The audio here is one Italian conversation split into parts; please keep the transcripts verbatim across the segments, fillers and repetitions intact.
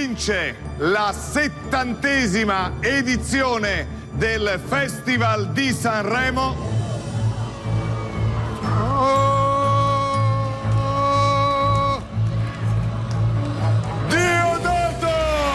vince la settantesima edizione del Festival di Sanremo. Oh, Diodato!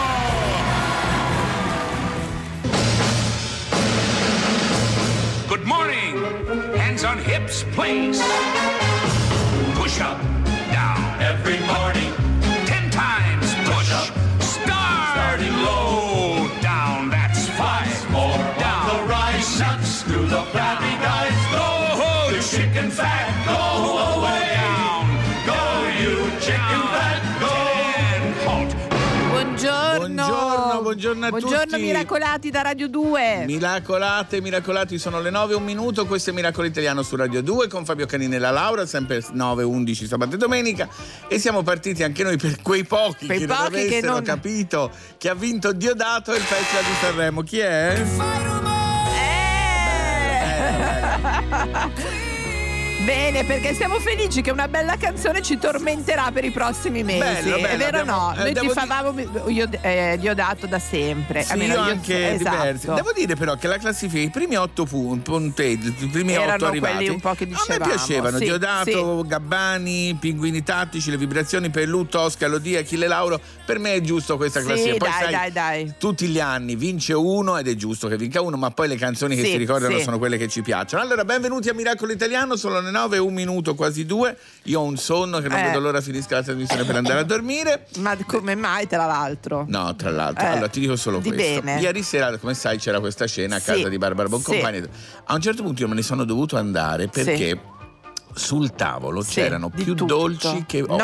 Good morning. Hands on hips, please. Push up, down. Every morning. Ten times push. Up. Start. Starting low. Down. That's five. More down. The rise. Six. Through the flabby guys. Go. The chicken fat. Go away. Down. Go, you chicken fat. Go. And halt. Buongiorno. Buongiorno, buongiorno a Buongiorno tutti. Miracolati da Radio due. Miracolate, miracolati, sono le nove e un minuto, questo è Miracolo Italiano su Radio due con Fabio Canini e la Laura, sempre nove e undici sabato e domenica, e siamo partiti anche noi per quei pochi Quei che pochi non avessero che non... capito che ha vinto Diodato il Festival di Sanremo. Chi è? Eh! Bene, perché siamo felici che una bella canzone ci tormenterà per i prossimi mesi. Bello, bello, è vero o abbiamo- no? eh, Noi devo ti favamo io eh, Diodato da sempre. Sì, Almeno io io- anche esatto. diversi. Devo dire però che la classifica, i primi otto pu- punteggi, i primi Erano otto arrivati, quelli un po' che a me dicevamo, piacevano. sì, Diodato, Gabbani, Pinguini Tattici, Le Vibrazioni, Pelù, Tosca, Lodì, Achille Lauro. Per me è giusto questa Sì, classifica. Poi dai, sai, dai, dai. tutti gli anni vince uno ed è giusto che vinca uno, ma poi le canzoni che Sì, si ricordano sì. sono quelle che ci piacciono. Allora, benvenuti a Miracolo Italiano, sono le nove e un minuto, quasi due. Io ho un sonno che non Eh. vedo l'ora finisca la trasmissione per andare a dormire. Ma come mai, tra l'altro? No, tra l'altro, Eh, allora ti dico solo di questo. bene. Ieri sera, come sai, c'era questa cena a Sì, casa di Barbara Boncompagni. sì. A un certo punto io me ne sono dovuto andare perché Sì. sul tavolo Sì, c'erano di più tutto. dolci che ospiti.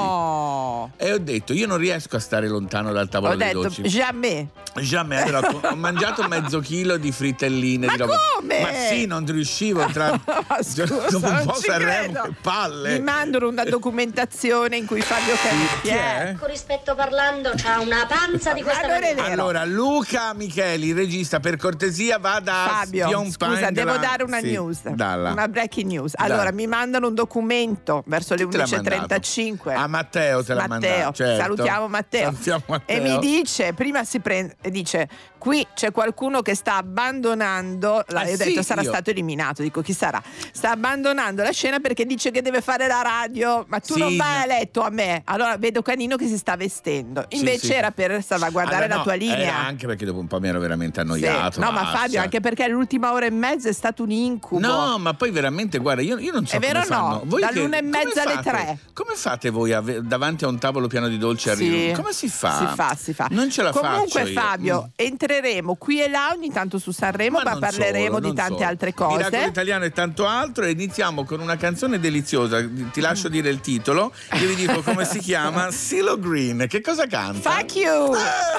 No! E ho detto, io non riesco a stare lontano dal tavolo Ho dei detto, dolci. jamais. Jamais, allora, ho mangiato mezzo chilo di frittelline. Ma di roba. come? Ma sì, non riuscivo tra... Ma scusa, dopo un non po' ci Sanremo, credo. che palle. Mi mandano una documentazione in cui Fabio Canini Chi è? Con rispetto parlando, c'ha una panza di questa Ma non è maniera. vero. Allora, Luca Micheli, regista, per cortesia vada Fabio, a Spion scusa, devo Pine dare una sì, news, dalla. una breaking news. Dai. Allora, mi mandano un documento verso le Chi te l'ha undici e mandato? trentacinque. A Matteo te l'ha Matteo, mandato, certo. salutiamo Matteo. Salutiamo Matteo. E mi dice, prima si prende, e dice, qui c'è qualcuno che sta abbandonando, la, Ah, io ho sì, detto sarà io. stato eliminato, dico chi sarà? Sta abbandonando la scena perché dice che deve fare la radio, ma tu Sì, non vai no. a letto a me. Allora vedo Canino che si sta vestendo, Sì, invece sì. era per salvaguardare Allora, la no, tua linea. era anche perché dopo un po' mi ero veramente Sì. annoiato. No, ma basta. Fabio, anche perché l'ultima ora e mezza è stato un incubo. No, ma poi veramente, guarda, io, io non so È vero come o no? fanno. Voi Dall'una che- e come mezza alle fate- tre. Come fate voi a ve- davanti a un tavolo pieno di dolci a Sì. ridere? Come si fa? Si fa, si fa. Non ce la Comunque, faccio io. Fabio, Mm. entreremo qui e là ogni tanto su Sanremo, ma, non parleremo solo, di non tante solo. altre cose. Miracolo Italiano e tanto altro, e iniziamo con una canzone deliziosa. Ti lascio dire il titolo, io vi dico come si chiama. CeeLo Green. Che cosa canta? Fuck you!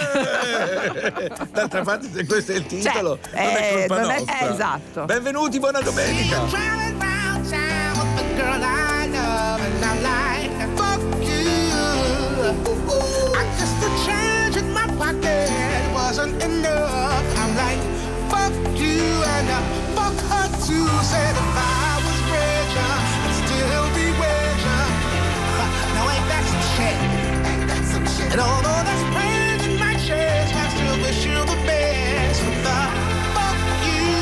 Eh! D'altra parte, se questo è il titolo, Cioè, non è eh, colpa non è- nostra. eh, esatto. Benvenuti, buona domenica. Driving round town with the girl I love, and I'm like, fuck you. I guess the change in my pocket wasn't enough. I'm like, fuck you, and uh, fuck her too. Said if I was richer, I'd still be richer. Now ain't that some shit? Ain't that some shit? And although that's pain in my chest, I still wish you the best. With the fuck you.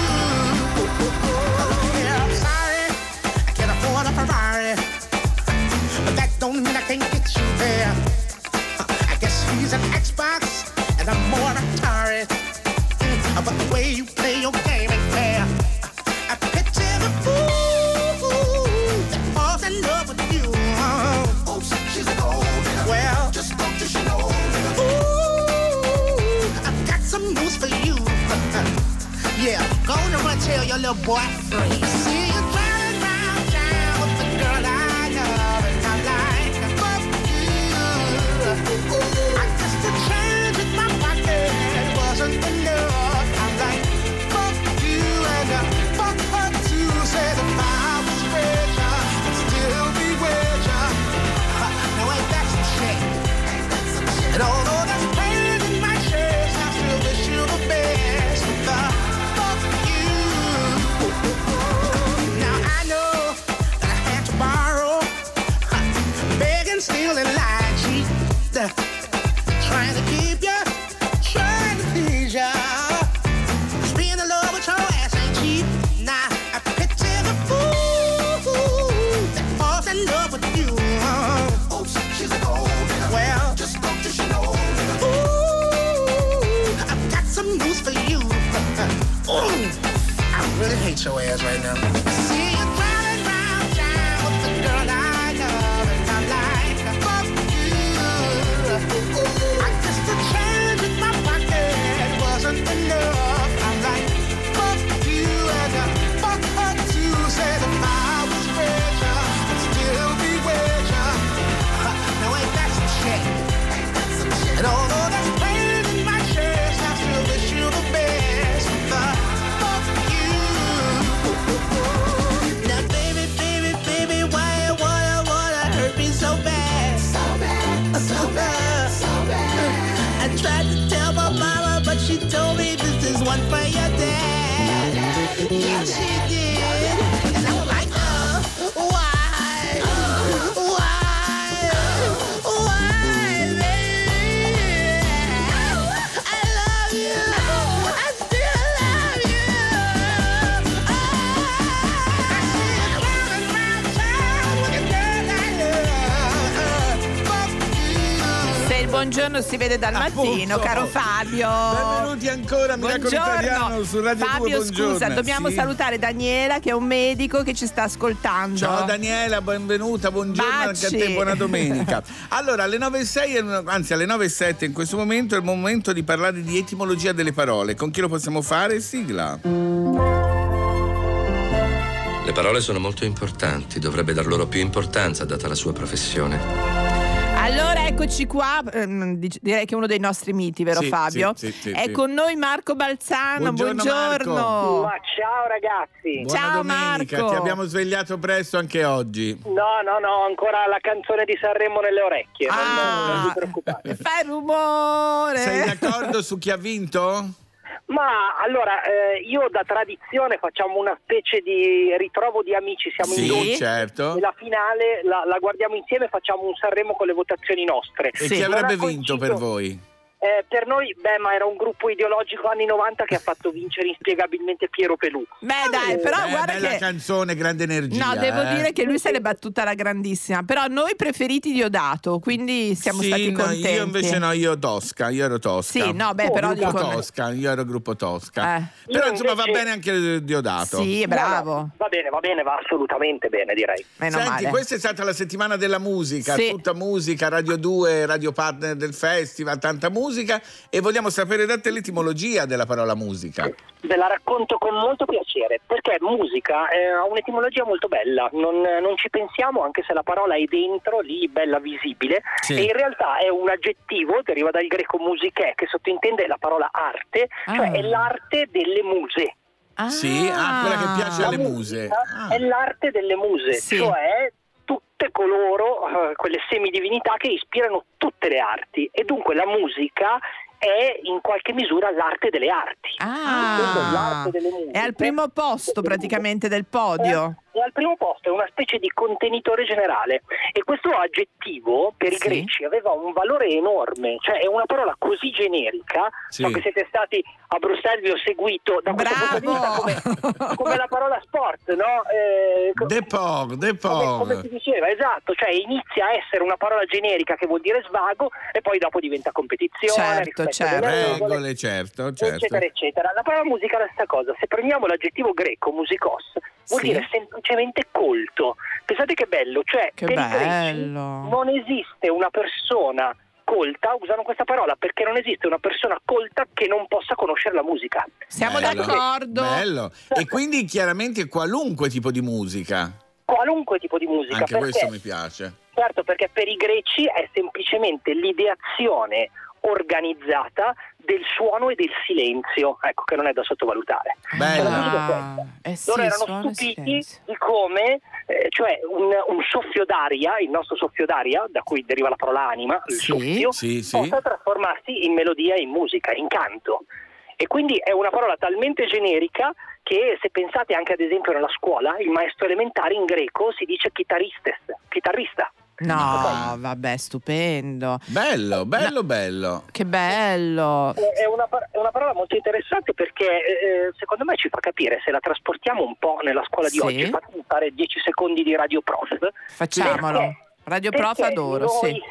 Yeah, I'm sorry, I can't afford a Ferrari, but that don't mean I can't get you there. I guess he's an Xbox and I'm more Atari. Mm, but the way you play your game ain't fair. I picture the fool that falls in love with you. Oh, she's an old man. Well, just don't you know. Ooh, I've got some news for you. Yeah, go on and run tell your little boy free. See you driving round town with the girl I love, and I'm like, fuck you. I guess the change in my pocket wasn't enough. I'm like, fuck you, and uh, fuck her too. Said if I was richer, I'd still be richer. Uh, now ain't that some shit? And although that's pain in my chest, I still wish you the best. With the fuck you. H O A is right now. See you driving round town with the girl I love, and I'm like, fuck you. I guess the change in my pocket wasn't enough. I'm like, fuck you, and uh, fuck her too. Said if I was richer, I'd still be richer. Now ain't that some shit? And although that's pain in my chest, I still wish you the best. The fuck you. Now baby, baby, baby, why you wanna, wanna hurt me so bad? So bad, so bad, so bad. I tried to tell my mama, but she told me this is one for your dad. Yeah, she did. And I'm like, oh, why? Why? Why, baby? I love you. I still love you. Oh, I see you driving round town with a girl I love. Fuck you. Se il buongiorno si vede dal mattino, Appunto. caro Fabio. Benvenuti ancora a Miracolo Italiano su Radio Fabio, due, buongiorno. scusa, dobbiamo Sì. salutare Daniela che è un medico che ci sta ascoltando. Ciao Daniela, benvenuta, buongiorno anche a te, Baci. buona domenica. Allora, alle nove e sei, anzi alle nove e sette in questo momento è il momento di parlare di etimologia delle parole. Con chi lo possiamo fare? Sigla. Le parole sono molto importanti, dovrebbe dar loro più importanza data la sua professione. Allora eccoci qua, ehm, dic- direi che è uno dei nostri miti, vero Sì, Fabio? sì, sì, sì, è sì. con noi Marco Balzano, Buongiorno, buongiorno. Ma ciao ragazzi. Buona Ciao, domenica, Marco. ti abbiamo svegliato presto anche oggi. No, no, no, ancora la canzone di Sanremo nelle orecchie. non- non, Ah, vi preoccupate. fai rumore. Sei d'accordo su chi ha vinto? Ma allora, eh, io da tradizione facciamo una specie di ritrovo di amici, siamo in Sì, dodici. certo. E la finale la, la guardiamo insieme e facciamo un Sanremo con le votazioni nostre. E Sì. chi avrebbe Non ha vinto coinciso- per voi? Eh, per noi, beh, ma era un gruppo ideologico anni novanta che ha fatto vincere inspiegabilmente Piero Pelù. Beh dai, però Eh, guarda bella che... canzone, grande energia. No, devo eh. dire che lui se l'è battuta alla grandissima, però noi preferiti Diodato, quindi siamo sì, stati no, contenti. io invece no, io Tosca, io ero Tosca. Sì, no, beh, Oh, però gruppo dico... Tosca, io ero gruppo Tosca. Eh. Però Io insomma va invece- bene anche Diodato. Sì, bravo. No, no, va bene, va bene, va assolutamente bene, direi. Meno Senti, male. questa è stata la settimana della musica, Sì. tutta musica, Radio due, radio partner del festival, tanta musica, e vogliamo sapere da te l'etimologia della parola musica. Ve la racconto con molto piacere, perché musica eh, ha un'etimologia molto bella, non, non ci pensiamo anche se la parola è dentro, lì bella visibile, Sì. e in realtà è un aggettivo, deriva dal greco musiche, che sottintende la parola arte, cioè Ah. è l'arte delle muse. Ah. Sì, ah, quella che piace La alle musica muse. Ah. è l'arte delle muse, Sì. cioè tutte coloro, eh, quelle semidivinità che ispirano tutte le arti, e dunque la musica è in qualche misura l'arte delle arti. Ah, l'arte delle musiche. è al primo posto praticamente del podio. È al primo posto, è una specie di contenitore generale, e questo aggettivo per i Sì. greci aveva un valore enorme, cioè è una parola così generica. Sì. So che siete stati a Bruxelles, vi ho seguito da questo punto di vista Bravo. come, come la parola sport, no? Eh, co- Depog, come, Depog. come si diceva, esatto, cioè inizia a essere una parola generica che vuol dire svago e poi dopo diventa competizione, Certo, rispetto certo. delle Regole, certo, certo. eccetera eccetera. La parola musica è la stessa cosa. Se prendiamo l'aggettivo greco musicos, vuol Sì. dire semplicemente colto. Pensate che bello, cioè Che per i greci bello. non esiste una persona colta, usano questa parola perché non esiste una persona colta che non possa conoscere la musica. Siamo Bello. d'accordo. Bello. E quindi chiaramente qualunque tipo di musica. Qualunque tipo di musica. Anche perché, questo mi piace. Certo, perché per i greci è semplicemente l'ideazione organizzata del suono e del silenzio, ecco, che non è da sottovalutare. Bello. Ah, eh sì, Loro erano suono e stupiti silenzio. di come, eh, cioè un, un soffio d'aria, il nostro soffio d'aria, da cui deriva la parola anima, il Sì. soffio, Sì, sì. possa trasformarsi in melodia, in musica, in canto. E quindi è una parola talmente generica che, se pensate anche ad esempio nella scuola, il maestro elementare in greco si dice chitaristes, chitarrista. No, vabbè, stupendo. Bello, bello, bello. Che bello. È una, par- è una parola molto interessante perché eh, secondo me ci fa capire, se la trasportiamo un po' nella scuola di Sì. oggi, fatemi fare dieci secondi di Radio Prof. Facciamolo. Perché- Radio Prof perché adoro, noi, sì.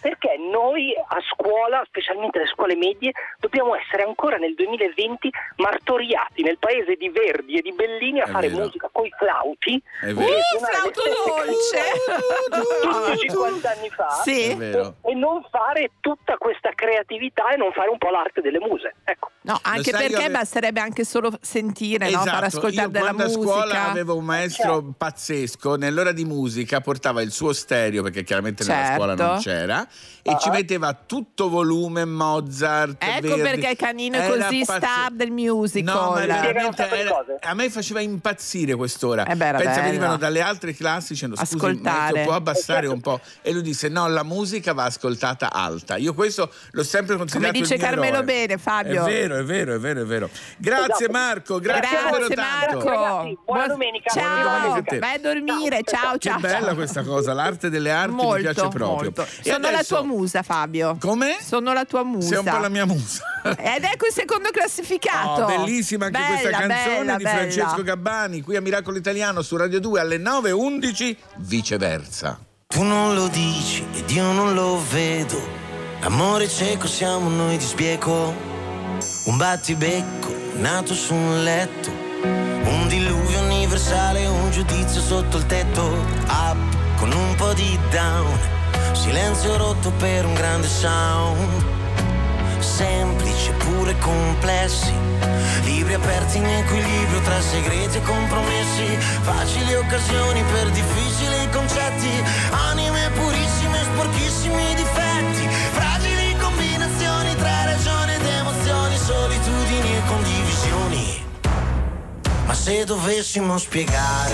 Perché noi a scuola, specialmente le scuole medie, dobbiamo essere ancora nel duemilaventi martoriati nel paese di Verdi e di Bellini a È fare vero. musica coi flauti. È e vero. Uh, suonare le flauto stesse canzoni tutti cinquanta anni fa. Sì. È vero. E non fare tutta questa creatività e non fare un po' l'arte delle muse. Ecco. No, anche sai, perché io ave- basterebbe anche solo sentire, no? Esatto. Far ascoltare Io della quando musica. a scuola avevo un maestro pazzesco, nell'ora di musica portava il suo stereo, perché chiaramente nella Certo. scuola non c'era, e ci metteva tutto volume Mozart. Ecco Verdi. perché Canino è Era così pazze- star del musical. No, ma Spiegano un veramente sacco di era- cose. a me faceva impazzire quest'ora. Eh beh, era Pensa, bella. venivano dalle altre classi dicendo scusi, Ascoltare. maestro, può abbassare un po'? E lui disse no, la musica va ascoltata alta. Io questo l'ho sempre Come considerato dice il mio Carmelo eroe. Bene, Fabio. È vero, è vero, è vero, è vero. Grazie Esatto. Marco, grazie, Grazie davvero tanto. Marco. Ragazzi, buona domenica. Ciao, Buonanotte. vai a dormire. Ciao, Che ciao. bella ciao. questa cosa, l'arte delle arti Molto, mi piace proprio. molto. E Sono la adesso- tua musa, Fabio. Come? Sono la tua musa. Sei un po' la mia musa. Ed ecco il secondo classificato. Oh, bellissima anche Bella, questa canzone bella, di bella. Francesco Gabbani, qui a Miracolo Italiano su Radio due alle nove e undici, viceversa. Tu non lo dici ed io non lo vedo. Amore cieco siamo noi di sbieco. Un battibecco nato su un letto. Un diluvio universale, un giudizio sotto il tetto. Up con un po' di down. Silenzio rotto per un grande sound. Semplici pure complessi. Libri aperti in equilibrio tra segreti e compromessi. Facili occasioni per difficili concetti. Anime purissime, sporchissimi difetti. Fragili combinazioni tra ragione ed emozioni. Solitudini e condivisioni. Ma se dovessimo spiegare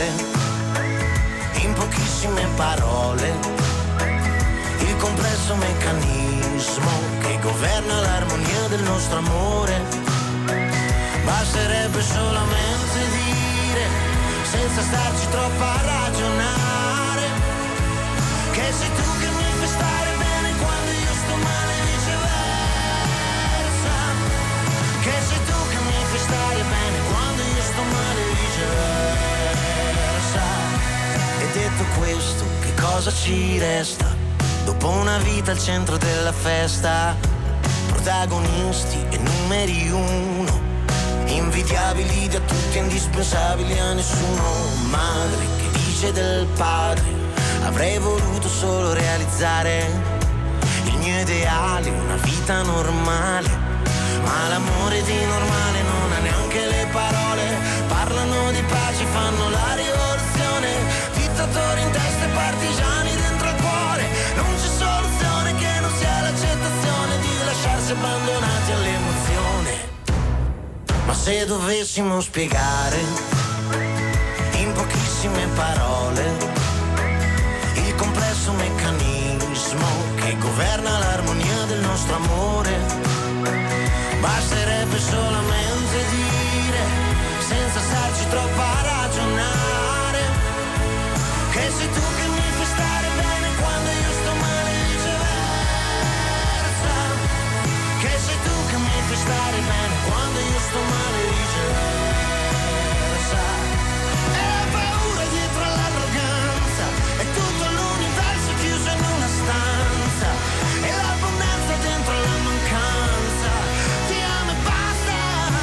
in pochissime parole il complesso meccanismo che governa l'armonia del nostro amore, basterebbe solamente dire, senza starci troppo a ragionare, che sei tu che mi fai stare bene quando io sto male e viceversa, che sei tu che mi fai stare bene quando io sto male e viceversa. E detto questo, che cosa ci resta? Dopo una vita al centro della festa, protagonisti e numeri uno, invidiabili da tutti, indispensabili a nessuno. Madre che dice del padre, avrei voluto solo realizzare il mio ideale, una vita normale, ma l'amore di normale non ha neanche le parole. Parlano di pace, fanno la rivoluzione, dittatori in testa e partigiani dentro il cuore. Non c'è soluzione che non sia l'accettazione di lasciarsi abbandonati all'emozione. Ma se dovessimo spiegare in pochissime parole il complesso meccanismo che governa l'armonia del nostro amore, basterebbe solamente dire, senza starci troppo a ragionare, che sei tu che mi fai stare bene quando io sto male e viceversa, che sei tu che mi fai stare bene quando io sto male e viceversa. E la paura dietro all'arroganza è tutto l'universo chiuso in una stanza, e l'abbondanza dentro la mancanza. Ti amo e basta,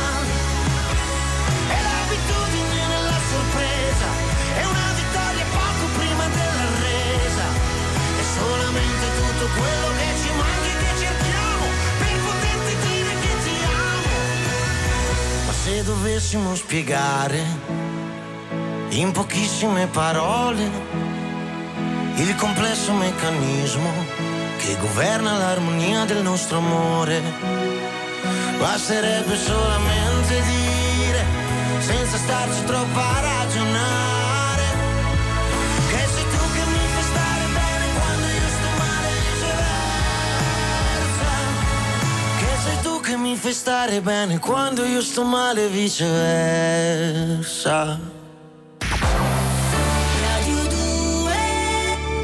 e l'abitudine nella sorpresa è una vittoria poco prima della resa. È solamente tutto quello che ci manca e che cerchiamo per poterti dire che ti amo. Ma se dovessimo spiegare in pochissime parole il complesso meccanismo che governa l'armonia del nostro amore, basterebbe solamente dire, senza starci troppo a ragionare, che sei tu che mi fai stare bene quando io sto male e viceversa, che sei tu che mi fai stare bene quando io sto male e viceversa.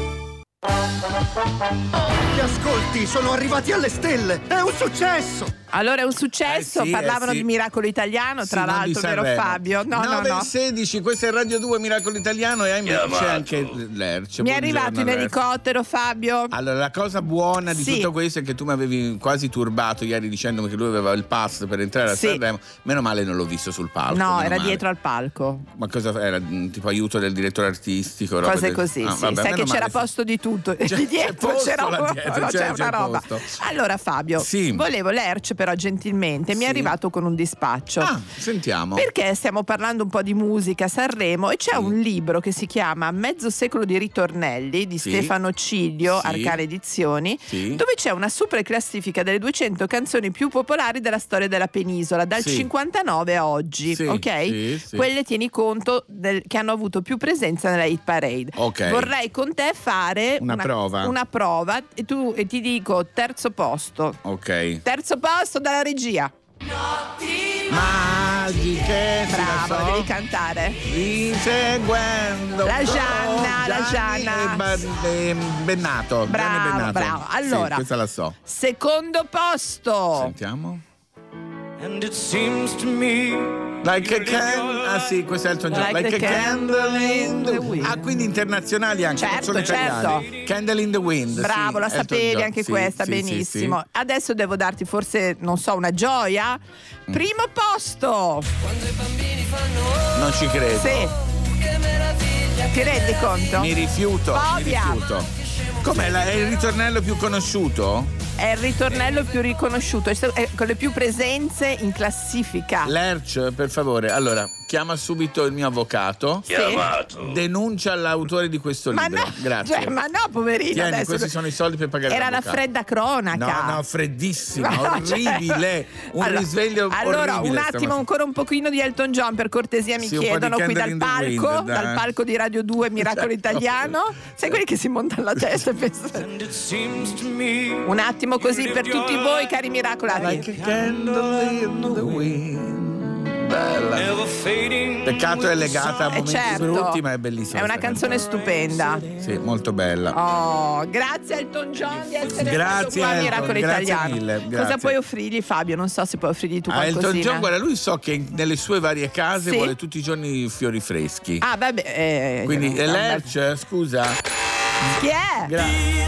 Gli ascolti sono arrivati alle stelle! È un successo! Allora è un successo, Eh sì, parlavano eh sì. di Miracolo Italiano, tra Sì, non di l'altro, vero Sanremo. Fabio? No, no, nove e no. sedici, questo è Radio due Miracolo Italiano e ahimè c'è anche Lerch. Mi è Buongiorno, arrivato in Lerch. elicottero, Fabio. Allora, la cosa buona di Sì. tutto questo è che tu mi avevi quasi turbato ieri dicendomi che lui aveva il pass per entrare a Sì. Sanremo. Meno male non l'ho visto sul palco. No, meno era male. dietro al palco. Ma cosa era? Mm, Tipo aiuto del direttore artistico? roba Cose del- così, Ah, sì. vabbè, Sai che meno c'era male. posto di tutto. C'è- di c'è dietro posto c'era, là dietro, no, c'è- c'è c'è una roba. posto. Allora, Fabio, Sì. volevo Lerch, però gentilmente mi è Sì. arrivato con un dispaccio. Ah, sentiamo. Perché stiamo parlando un po' di musica a Sanremo e c'è Sì. un libro che si chiama Mezzo secolo di ritornelli di Sì. Stefano Ciglio, Sì. Arcane Edizioni, Sì. dove c'è una super classifica delle duecento canzoni più popolari della storia della penisola dal Sì. cinquantanove a oggi, Sì, ok? sì, sì. Quelle tieni conto del- che hanno avuto più presenza nella hit parade. Ok. Vorrei con te fare Una prova. una prova e tu e ti dico terzo posto. Ok. Terzo posto dalla regia. Magiche, sì, la Bravo, so. devi cantare. Inseguendo La Gianna, la Gianni Gianna. e Ba- e Bennato. Bravo, Gianni Bennato. bravo. Sì, Allora. questa la so. Secondo posto. Sentiamo. And it seems to me Like a candle. Ah sì, questo è Elton John. Like Like, a a candle in the wind. wind. Ah, quindi internazionali anche, non Certo, solo italiani. Candle in the wind. Bravo, sì, la Elton sapevi John. anche Sì, questa, sì, benissimo. sì, sì. Adesso devo darti forse, non so, una gioia. Mm. Primo posto. Non ci credo. Sì. Ti rendi conto? Mi rifiuto, mi Fobia. rifiuto. Com'è la- è il ritornello più conosciuto? È il ritornello più riconosciuto, è con le più presenze in classifica. Lerch, per favore, allora, chiama subito il mio avvocato. Sì. Denuncia l'autore di questo Ma libro. no, Grazie. cioè, ma no, poverino. Tieni, adesso- questi sono i soldi per pagare Era la l'avvocato. fredda cronaca. No, no, freddissima, No, cioè- orribile. Un Allora- risveglio Allora, orribile. un attimo, stamattina. ancora un pochino di Elton John, per cortesia, mi Sì, un po' di chiedono qui Candle dal in the palco, Wind, dai. dal palco di Radio due Miracolo Certo. Italiano. Sai quelli che si montano la testa e pensano. and it seems to me Un attimo così per tutti voi, cari miracolati. Like a candle in the wind. Bella. never fading. Peccato è legata a Eh, momenti certo. brutti, ma è bellissima. È una questa canzone stupenda. Sì, molto bella. Oh, grazie a Elton John di essere Grazie, stato qua a Elton, Miracolo grazie Italiano. mille, Cosa grazie. puoi offrirgli, Fabio? Non so se puoi offrirgli tu Ah, Elton qualcosina. John, guarda, lui so che nelle sue varie case Sì. vuole tutti i giorni fiori freschi. Ah, vabbè. eh, Quindi, eh, e Lerch, scusa. Chi è? Grazie.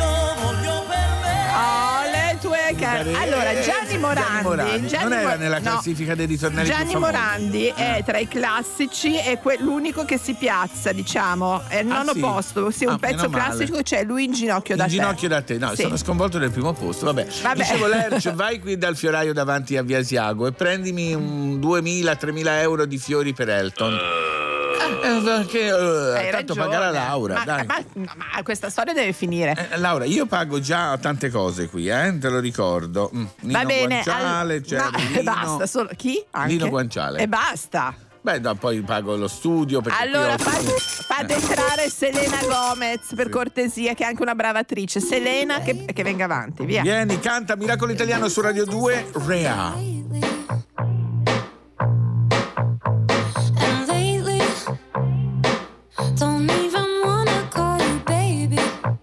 Oh, le tue care. Care- Allora, Gianni Morandi. Gianni Morandi. Gianni non era Mo- nella no. classifica dei ritornelli più Gianni famosi. Morandi è tra i classici, è que- l'unico che si piazza, diciamo, è il Ah, nono sì? posto. Sì, un Ah, pezzo meno male. classico, c'è lui in ginocchio da In te. ginocchio da te, no, Sì. sono sconvolto del primo posto. Vabbè, Vabbè. dicevo Lerch, vai qui dal fioraio davanti a Via Asiago e prendimi un duemila tremila euro di fiori per Elton. Eh, perché, eh, Hai tanto ragione. paga la Laura, ma, dai. Ma, no, ma questa storia deve finire. Eh, Laura, io pago già tante cose qui, eh, te lo ricordo. Mm, Nino Va bene, Guanciale, al- c'è ma- Lino. basta, solo chi? Anche? Lino Guanciale. E basta. Beh, no, poi pago lo studio perché qui Allora ho- fate, fate entrare Selena Gomez per cortesia, che è anche una brava attrice. Selena che, che venga avanti, via. Vieni, canta Miracolo Italiano su Radio due, Rea. And lately, don't even wanna call you baby.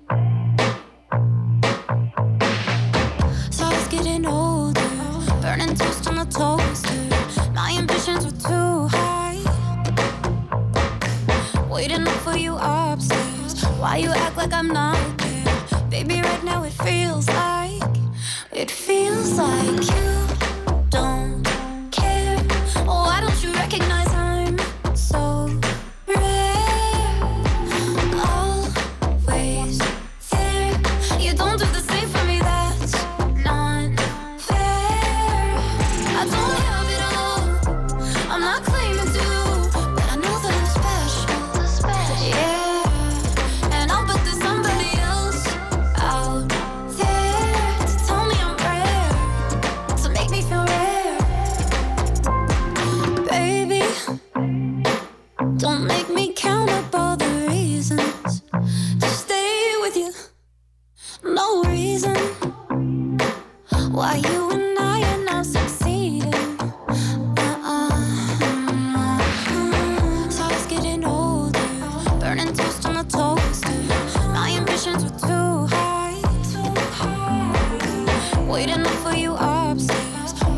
So I was getting older, burning toast on the toaster. My ambitions were too high. Waiting up for you upstairs. Why you act like I'm not there? Baby, right now it feels like, it feels like you don't care. Why don't you recognize I'm so rare? Always there. You don't do the same for me, that's not fair. I don't have it all, I'm not claiming to, but I know that I'm special. Yeah, and I'll bet there's somebody else out there to tell me I'm rare.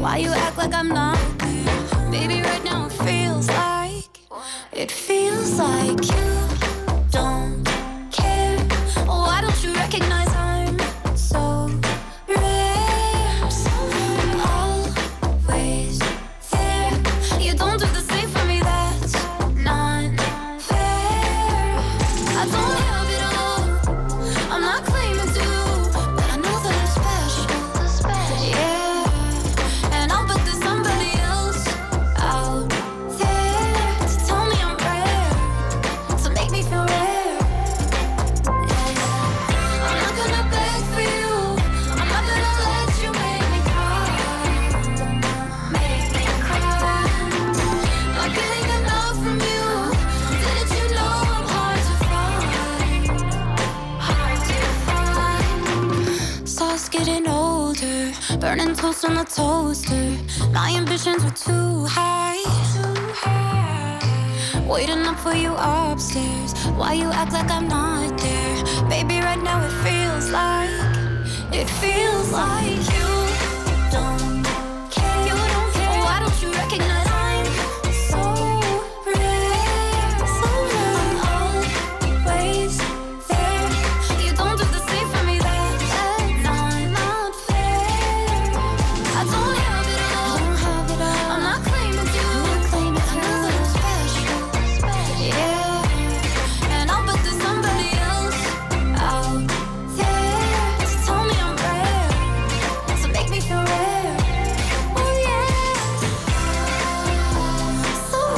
Why you act like I'm not there? Baby, right now it feels like, it feels like you don't care. Why don't you recognize I'm so rare? Always there. You don't do the same for me, that's not fair. I don't have it all, I'm not claiming to, but I know that I'm special. Yeah, and I'll bet there's somebody else out there to tell me I'm rare, to make me feel rare. Yeah. I'm not gonna beg for you, I'm not gonna let you make me cry, make me cry. Not getting enough from you, didn't you know I'm hard to find, hard to find. Sauce getting older, burning toast on the toaster. My ambitions were too high, too high. Waiting up for you upstairs. Why you act like I'm not there? Baby, right now it feels like, it feels like you don't care. You don't care. Why don't you recognize I'm so rare, so rare. I'm always there. You don't do the same for me, that's not, not fair. I don't have it all, don't have it all. I'm not claiming you, I'm claiming I know that I'm special. Yeah, and I'll bet there's somebody else out there to tell me I'm rare, to make me feel rare. Oh yeah, so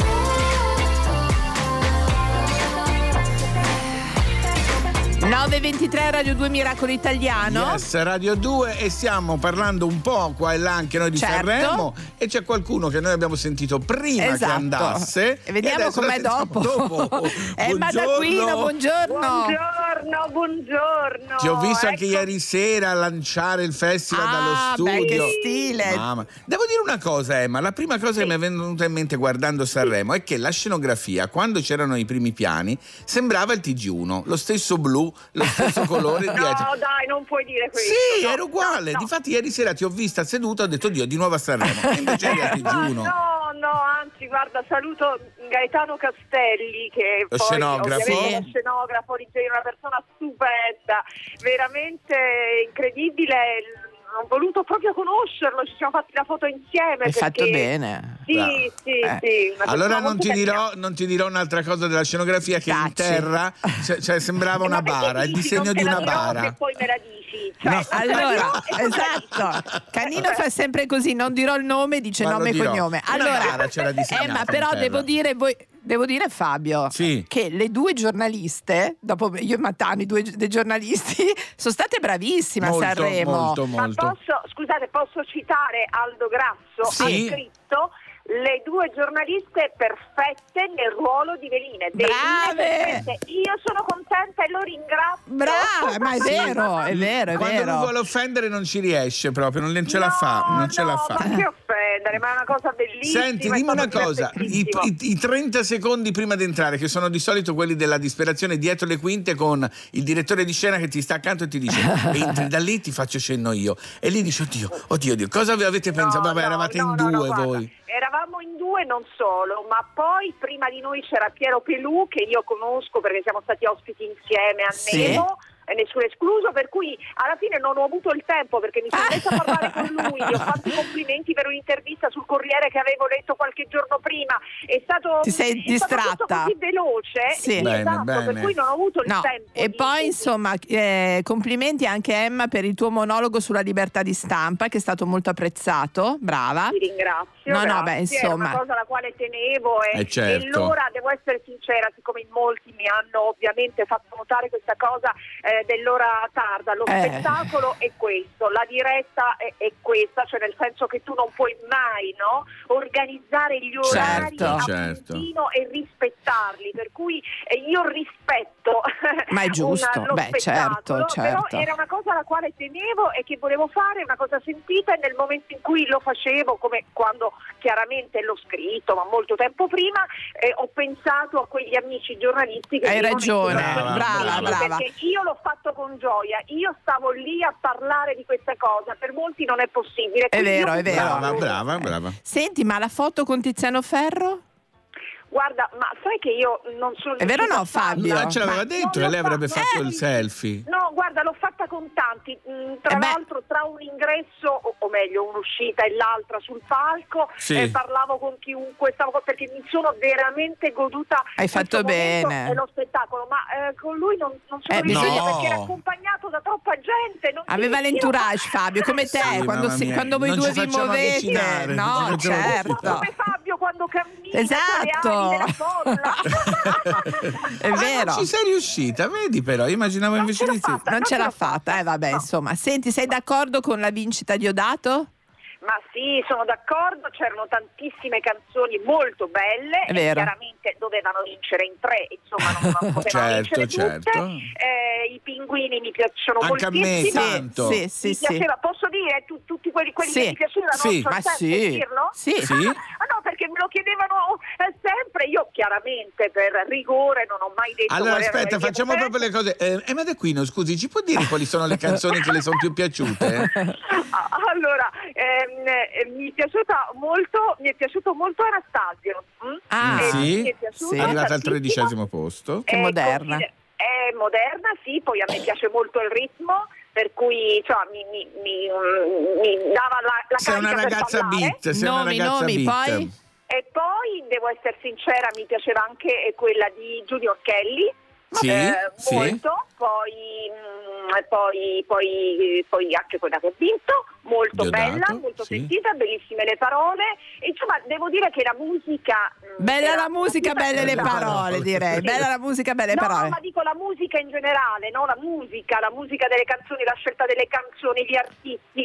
nove e ventitré Radio due Miracolo Italiano. Yes, Radio due, e stiamo parlando un po' qua e là anche noi di Certo. Sanremo, e c'è qualcuno che noi abbiamo sentito prima Esatto. che andasse E vediamo adesso com'è la sentiamo dopo. dopo. Emma D'Aquino, buongiorno. Buongiorno, buongiorno. Ti ho visto anche Ecco. ieri sera lanciare il festival Ah, dallo studio. beh, che stile. Mamma. Devo dire una cosa, Emma, la prima cosa che mi è venuta in mente guardando Sanremo è che la scenografia, quando c'erano i primi piani, sembrava il T G uno, lo stesso blu, lo stesso colore dietro. No, dai, non puoi dire questo. Sì, no, era uguale. no, no. Difatti ieri sera ti ho vista seduta, ho detto Dio, di nuovo a Sanremo. E invece era il T G uno. No, no, anzi, guarda, saluto Gaetano Castelli, che Lo poi scenografo. ovviamente è lo scenografo originario, una persona stupenda, veramente incredibile. Ho voluto proprio conoscerlo, ci siamo fatti la foto insieme. Hai fatto perché- bene. Sì, Bravo. sì, Eh. sì. una Allora persona non molto ti, dirò, carina. non ti dirò un'altra cosa della scenografia, che in Taci. terra cioè, cioè, sembrava Eh, una ma perché bara, il dici, disegno non di te la una dirò bara. che poi me la dici. Cioè, No. non te la dirò Allora, e poi me la esatto. Canino fa sempre così, non dirò il nome, dice Ma lo nome e dirò. cognome. Una Allora, gara c'era disegnata Emma, in però terra. devo dire, voi, devo dire Fabio, Sì. che le due giornaliste, dopo io e Mattano, i due gi- dei giornalisti, sono state bravissime Molto, a Sanremo. molto, Ma molto. posso, scusate, posso citare Aldo Grasso? Sì. Ha scritto le due giornaliste perfette nel ruolo di Veline. Veline Brave! perfette. Io sono contenta e lo ringrazio. Brava, ma è vero, è vero, è Quando lui vero. vuole offendere non ci riesce proprio, non ce la fa, non ce la no, fa. Ma che offendere, ma è una cosa bellissima. Senti, è dimmi stato una cosa, i, divertentissimo. i- i trenta secondi prima di entrare, che sono di solito quelli della disperazione dietro le quinte, con il direttore di scena che ti sta accanto e ti dice entri da lì, ti faccio cenno io, e lì dice oddio, oddio, oddio, cosa avete pensato? No, Vabbè, no, eravate no, in no, no, due guarda, voi. Eravamo in due, non solo, ma poi prima di noi c'era Piero Pelù, che io conosco perché siamo stati ospiti insieme a Sì. Nemo, e nessuno escluso, per cui alla fine non ho avuto il tempo perché mi sono messa a parlare con lui, gli ho fatto i complimenti per un'intervista sul Corriere che avevo letto qualche giorno prima. È stato, Ti sei è stato tutto distratta. così veloce, Sì. Bene, esatto, bene. per cui non ho avuto il No, tempo. e di- poi insomma eh, complimenti anche a Emma per il tuo monologo sulla libertà di stampa, che è stato molto apprezzato, brava. Ti ringrazio. No, no, grazie, beh, insomma. È una cosa alla quale tenevo e, Eh, certo. e l'ora, devo essere sincera, siccome in molti mi hanno ovviamente fatto notare questa cosa eh, dell'ora tarda, lo Eh. spettacolo è questo, la diretta è, è questa, cioè nel senso che tu non puoi mai, no, organizzare gli orari Certo. a Certo. puntino e rispettarli, per cui eh, io rispetto Ma è giusto, una- lo beh, spettacolo, certo, certo. però era una cosa alla quale tenevo e che volevo fare, una cosa sentita, e nel momento in cui lo facevo, come quando chiaramente l'ho scritto, ma molto tempo prima, eh, ho pensato a quegli amici giornalisti che Hai vivono in ragione, quella brava, condizione, brava. perché io l'ho fatto con gioia. Io stavo lì a parlare di questa cosa, per molti non è possibile. È Quindi vero, io- è vero. Brava, brava, brava. Senti, ma la foto con Tiziano Ferro? Guarda, ma sai che io non sono... È vero o no, riuscita a farlo. Fabio? Ah, ce l'aveva Ma- detto non e lei l'ho avrebbe fatto. fatto Eh, il selfie. No, guarda, l'ho fatta con tanti. Mm, Tra Eh beh. l'altro, tra un ingresso, o, o meglio, un'uscita e l'altra sul palco, Sì. eh, parlavo con chiunque, stavo con- perché mi sono veramente goduta. Hai fatto questo momento bene. E lo spettacolo, ma eh, con lui non, non sono Eh, riuscita bisogna- perché era No. accompagnato da troppa gente. Non Aveva io- l'entourage, Fabio, come te, Sì, quando, mamma si- mia, quando voi non due ci vi facciamo muovete. avvicinare, non No, ci facciamo certo. Come Fabio quando cammina Esatto. con le ali della folla. È Ah, vero. non ci sei riuscita, vedi però, io immaginavo invece ce l'ho di sì. fatta. Non non ce ce l'ha l'ho fatta, eh vabbè, insomma. Senti, sei d'accordo con la vincita di Odato? Ma sì, sono d'accordo, c'erano tantissime canzoni molto belle, È vero. e chiaramente dovevano vincere in tre, insomma non, non potevano Certo, vincere tutte. certo. Eh, I pinguini mi piacciono Anche a me moltissimo. tanto. Sì, sì, Mi sì. piaceva, posso dire tu- tutti quelli, quelli Sì. che mi piacevano? Sì. C'ho Ma il tempo sì. di dirlo? Sì. Sì. Ah no, perché me lo chiedevano eh, sempre, io chiaramente per rigore non ho mai detto Allora qual erano aspetta, le mie facciamo proprio preferenze. le cose. Eh, Emma D'Aquino, scusi, ci può dire quali sono le canzoni che le sono più piaciute? Ah, Allora, ehm, eh, mi è piaciuta molto, mi è piaciuto molto Anastasio. mm? Ah, E sì? mi è piaciuta Sì. È arrivata al tantissimo. tredicesimo posto. Che È moderna. così- È moderna, sì, poi a me piace molto il ritmo, per cui cioè, mi, mi- mi- mi dava la, la Sei una carica per ragazza ballare. beat, sei una Nomi, ragazza nomi, beat. poi? E poi, devo essere sincera, mi piaceva anche quella di Junior Kelly. Sì, eh, sì. molto, poi, mm, poi, poi, poi anche quella che ha vinto, molto Diodato, bella, molto sì. sentita, bellissime le parole, e insomma devo dire che la musica... mm, Bella era la musica, più belle le bella. parole, direi. Sì. Bella la musica, belle no, parole. ma dico la musica in generale, no? La musica, la musica delle canzoni, la scelta delle canzoni, gli artisti,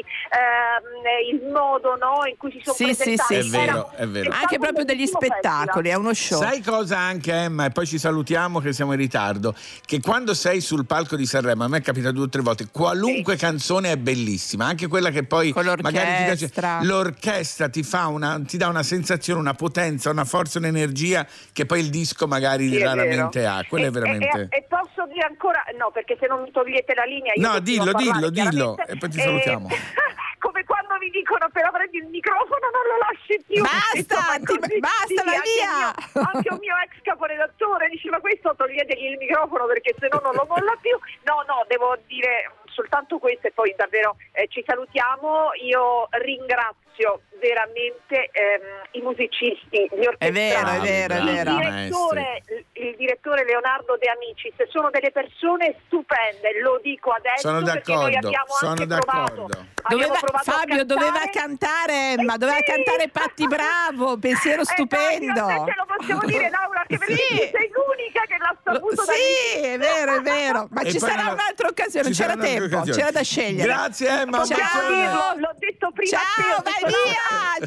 ehm, il modo, no? In cui si sono Sì, sì, presentati. sì, sì. È Era- vero, è vero. stato Anche un proprio degli bellissimo spettacoli, è festival. uno show. Sai cosa anche, Emma, e poi ci salutiamo che siamo in ritardo, che quando sei sul palco di Sanremo, a me è capitato due o tre volte, qualunque canzone è bellissima, anche quella che poi Con magari ti l'orchestra. piace, l'orchestra ti fa una, ti dà una sensazione, una potenza, una forza, un'energia che poi il disco magari Sì, è raramente vero. ha. Quello e, è veramente... E, e posso dire ancora, no, perché se non mi togliete la linea io No, continuo dillo, a parlare, dillo, dillo, chiaramente. e poi ti Eh, salutiamo. come quando mi dicono però prendi il microfono non lo lasci più. Basta, Insomma, è ti- così. basta, vai anche via. il mio- anche un mio ex caporedattore diceva questo, toglietegli il microfono perché se no non lo molla più. No, no, devo dire soltanto questo e poi davvero eh, ci salutiamo. Io ringrazio veramente ehm, i musicisti, gli orchestrali. È vero, è vero, è il vero. direttore, il direttore Leonardo De Amicis, sono delle persone stupende, lo dico adesso Sono perché noi d'accordo, abbiamo sono anche d'accordo. provato. Abbiamo Doveva, provato a Fabio cantare. doveva cantare, ma Eh doveva sì. cantare Patti Bravo, pensiero Eh, dai, stupendo. finalmente lo possiamo dire, Laura, anche perché Sì. tu sei l'unica che l'ha saputo da Sì, è vero, è vero. Ma E ci poi sarà non- un'altra occasione, ci sarà c'era un'altra tempo, occasione. c'era da scegliere. Grazie Emma, un Ciao. bacione. L'ho, l'ho detto prima a te, Ciao, ho vai detto, via!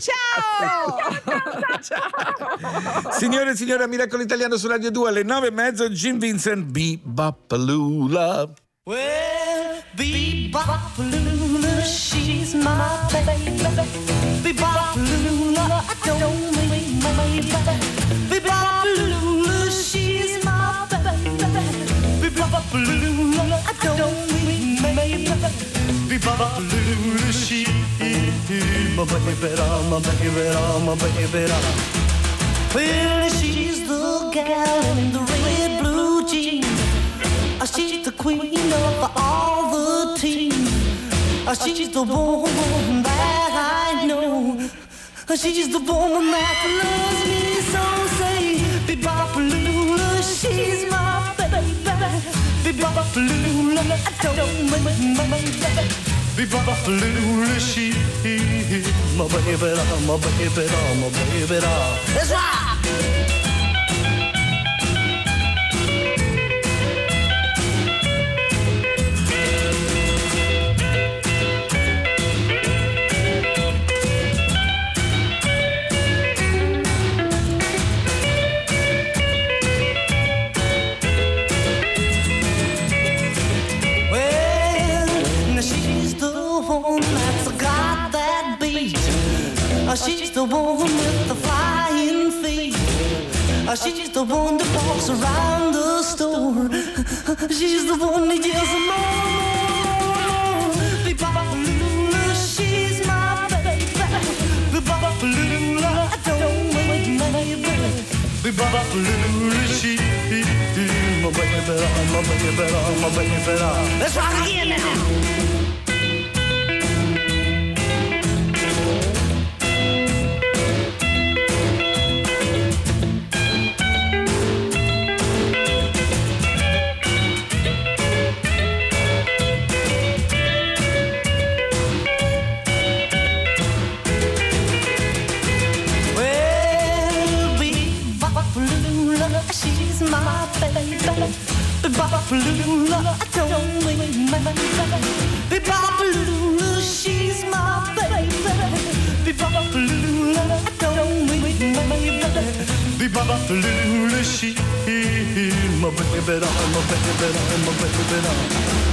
Ciao! Ciao. Signore e signori, a Miracolo Italiano su Radio due alle nove e mezzo, Jim Vincent, Be-Bop-a-Lula. Well, Bebop-a-Lula, she's my baby. Bebop-a-Lula, I don't mean my baby. Bebop-a-Lula, she's my baby. Bebop-a-Lula, I don't mean my baby. Bebop-a-Lula, she's my baby, my baby, my baby. Well, she's the gal in the red blue jeans. She's the queen of all the teams. She's the woman that I know. She's the woman that loves me so. Say, Bebop-a-Lula, she's my baby. Bebop-a-Lula, I don't mind my baby. Bebop-a-Lula, she's my baby, my baby, my baby. That's right. She's the one with the flying feet. She's the one that walks around the store. she's the one that yells no, no, no. Be-bop-a-lula, she's my baby. Be-bop-a-lula, I don't make my baby. Be-bop-a-lula, she's my baby, my baby, my baby. Let's rock again now. She's my baby. Be-bop-a-lula, I don't mean my baby. Be-bop-a-lula, she's my baby. Be-bop-a-lula, I don't mean my baby. Be-bop-a-lula, she's my baby, my baby, my baby.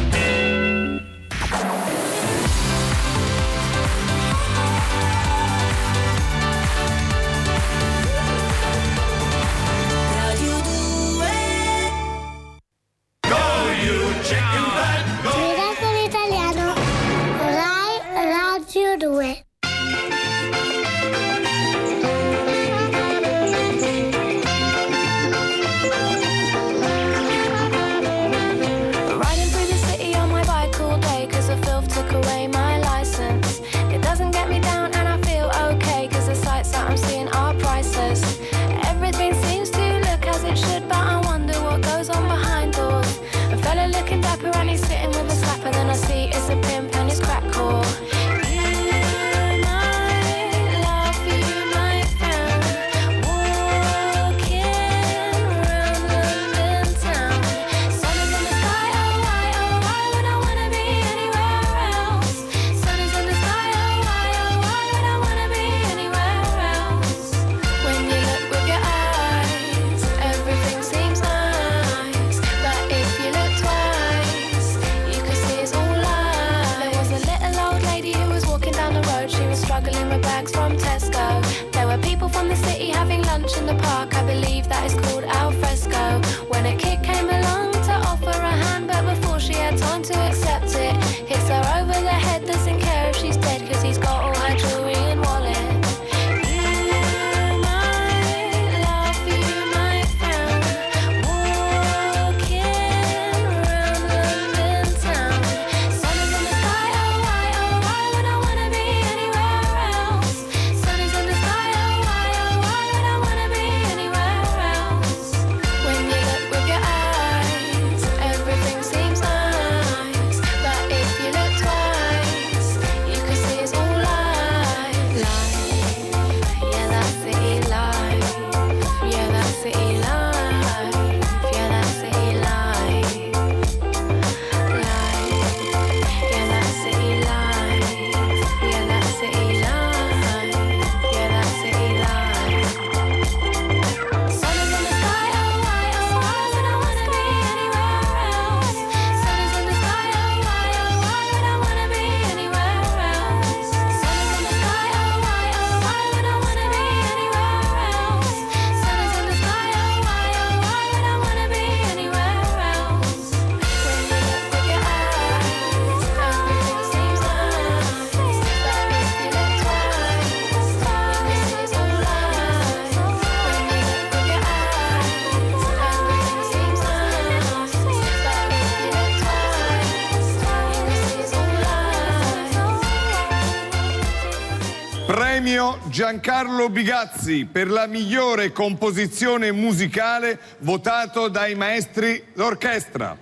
Premio Giancarlo Bigazzi per la migliore composizione musicale votato dai maestri d'orchestra.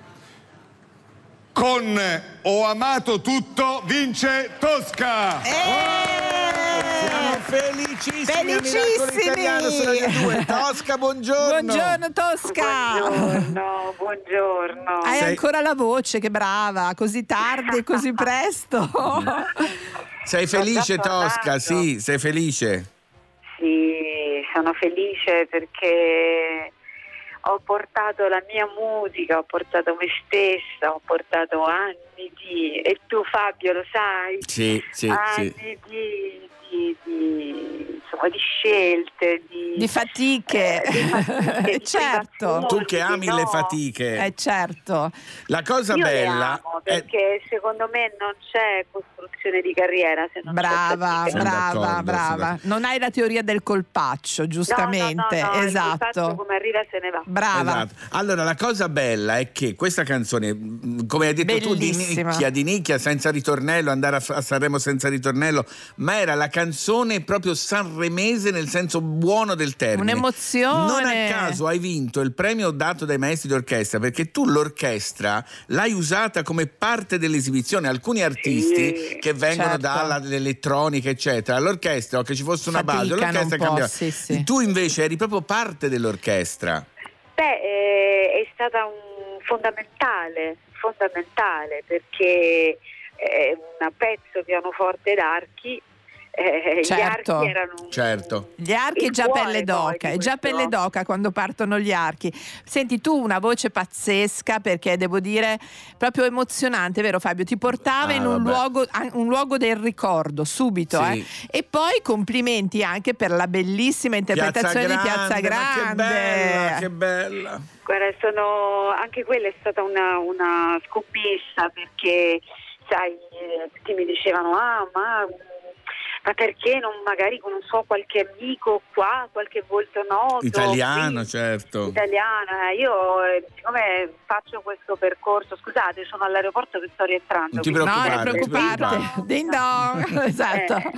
Con Ho amato tutto vince Tosca. Siamo felicissimi, Felicissimi. a Miracolo Italiano su Radio due. Tosca, buongiorno. Buongiorno Tosca. Buongiorno, buongiorno. Hai Sei- ancora la voce, che brava, così tardi e così presto. Sei felice, Tosca? Sì, sei felice. Sì, sono felice perché ho portato la mia musica, ho portato me stessa, ho portato anni di... E tu Fabio lo sai? Sì, sì, anni sì. di, di, di insomma di scelte, di, di fatiche, eh, di fatiche di certo. Tu che ami no? le fatiche. Eh certo. La cosa Io bella le amo, è... perché secondo me non c'è costruzione di carriera se non Brava, c'è fatica. brava, d'accordo, brava. Non hai la teoria del colpaccio, giustamente. No, no, no, no, esatto. il colpaccio come arriva se ne va. Brava. Esatto. Allora, la cosa bella è che questa canzone, mh, come hai detto tu, di Bellissima. nicchia, di nicchia, senza ritornello, andare a, a Sanremo senza ritornello, ma era la canzone proprio sanremese nel senso buono del termine. Un'emozione. Non a caso hai vinto il premio dato dai maestri d'orchestra, perché tu l'orchestra l'hai usata come parte dell'esibizione. Alcuni artisti Sì, che vengono certo. dall'elettronica, eccetera, l'orchestra, o che ci fosse una base, Faticano l'orchestra un po', cambiava. sì, sì. Tu invece eri proprio parte dell'orchestra. Beh, eh, è stata un fondamentale, fondamentale perché è un pezzo pianoforte ed archi. Eh, Certo. Gli archi erano un- Certo. Gli archi è il già cuore pelle poi d'oca, di è già questo- pelle d'oca quando partono gli archi. Senti, tu una voce pazzesca, perché devo dire proprio emozionante, vero Fabio? Ti portava Ah, in un vabbè. luogo, un luogo del ricordo subito. Sì. Eh? E poi complimenti anche per la bellissima interpretazione di Piazza ma Grande. che bella, che bella. Guarda, sono, anche quella è stata una, una scommessa perché, sai, eh, tutti mi dicevano, ah, ma, ma perché non magari con, non so, qualche amico qua, qualche volto noto. Italiano, qui, certo. Italiano, eh, io eh, siccome faccio questo percorso, scusate, sono all'aeroporto che sto rientrando. Non ti quindi- No, non preoccupare, non ti preoccuparti. Ding dong. Esatto. Eh,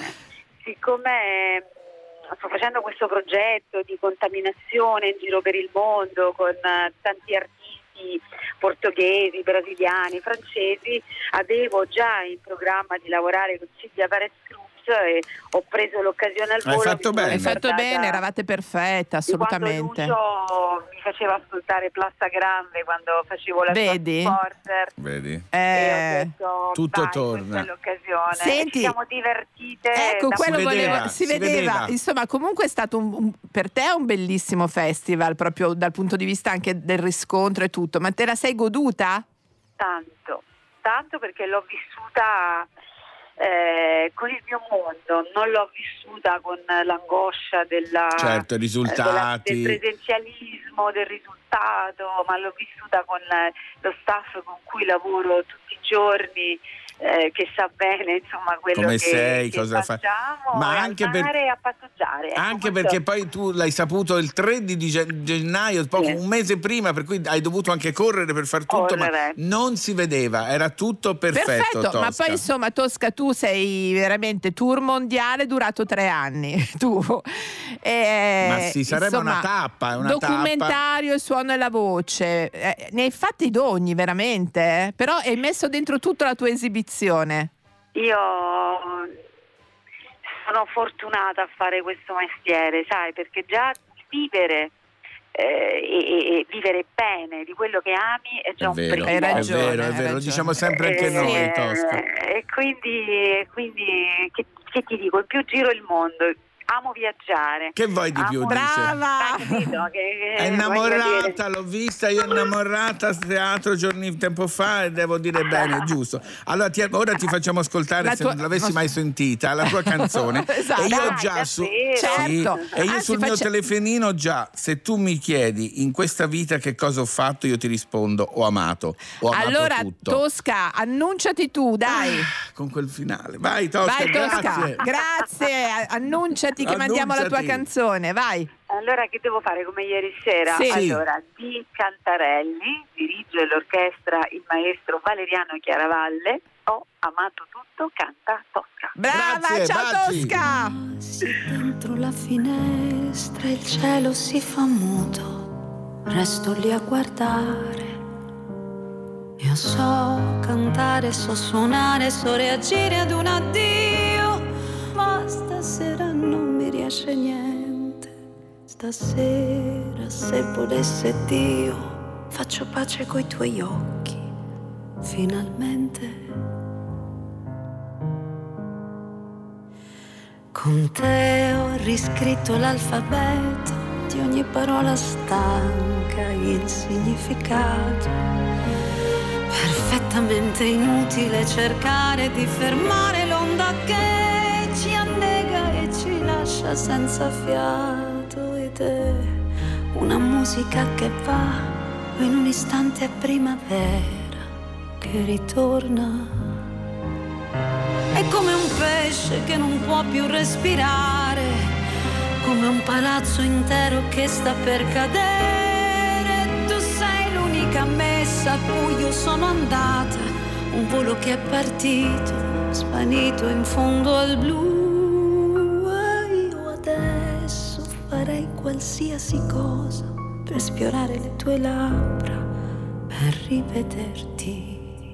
siccome mh, sto facendo questo progetto di contaminazione in giro per il mondo con eh, tanti artisti portoghesi, brasiliani, francesi, avevo già in programma di lavorare con Silvia Perez Cruz e ho preso l'occasione al Hai volo. fatto mi sono bene. Hai fatto ricordata bene, eravate perfetta, di quando assolutamente. Lucio mi faceva ascoltare Plaza Grande quando facevo la Vedi? sua supporter. Vedi? E ho Eh, detto, tutto dai, torna. questa è l'occasione. Senti, ci siamo divertite. ecco, da quello Si vedeva, volevo, si si vedeva. vedeva. Insomma, comunque è stato un, un- per te un bellissimo festival, proprio dal punto di vista anche del riscontro e tutto. Ma te la sei goduta? Tanto, tanto perché l'ho vissuta eh, con il mio mondo, non l'ho vissuta con l'angoscia della, Certo, i eh, risultati. della- del presenzialismo, del risultato, ma l'ho vissuta con eh, lo staff con cui lavoro tutti i giorni, eh, che sa bene insomma quello Come che, sei, che cosa fai. facciamo, Ma e anche al per- mare e a passeggiare. Ecco, Anche questo- perché poi tu l'hai saputo il tre di ge- gennaio, poco, Sì. un mese prima, per cui hai dovuto anche correre per far tutto, ma Correre. non si vedeva, era tutto perfetto. ma Tosca. poi insomma Tosca, tu sei veramente tour mondiale durato tre anni. Tu. Eh, Ma sì, sarebbe insomma, una tappa, è una documentario, il suono e la voce. Eh, ne hai fatti d'ogni veramente, eh? Però hai messo dentro tutta la tua esibizione. Io sono fortunata a fare questo mestiere, sai, perché già vivere eh, e, e vivere bene di quello che ami è già È un vero, privilegio. Hai è ragione, vero, è hai vero, lo ragione. diciamo sempre anche Eh, noi, Tosca. E quindi, e quindi che, che ti dico, in più giro il mondo, amo viaggiare. Che vuoi di più, Amo- dice? Brava! Hai capito? Che- È voglio innamorata, dire- l'ho vista io innamorata a teatro giorni tempo fa e devo dire bene, giusto. Allora ti- ora ti facciamo ascoltare, La se tua- non l'avessi mai sentita, la tua canzone. Esatto. E io Dai, già su, davvero? Certo. sì, e io Anzi, sul mio faccia- telefonino già, se tu mi chiedi in questa vita che cosa ho fatto, io ti rispondo ho amato, ho amato Allora, tutto. Tosca, annunciati tu, dai. Con quel finale. Vai Tosca, Vai Tosca, grazie. grazie. Annunciati che mandiamo la tua Annunciati. canzone, vai. Allora che devo fare come ieri sera? Sì. Allora, di Cantarelli, dirige l'orchestra il maestro Valeriano Chiaravalle, ho amato tutto, canta Tosca. Brava, Grazie, ciao baci. Tosca. Sì, dentro la finestra il cielo si fa muto, resto lì a guardare. Io so cantare, so suonare, so reagire ad un addio, ma stasera non mi riesce niente. Stasera, se volesse Dio, faccio pace coi tuoi occhi, finalmente. Con te ho riscritto l'alfabeto di ogni parola stanca, il significato. Perfettamente inutile cercare di fermare l'onda che ci annega e ci lascia senza fiato ed è una musica che va in un istante è primavera che ritorna. È come un pesce che non può più respirare, come un palazzo intero che sta per cadere. Tu sei l'unica messa a cui io sono andata, un volo che è partito, svanito in fondo al blu. E io adesso farei qualsiasi cosa per sfiorare le tue labbra, per rivederti.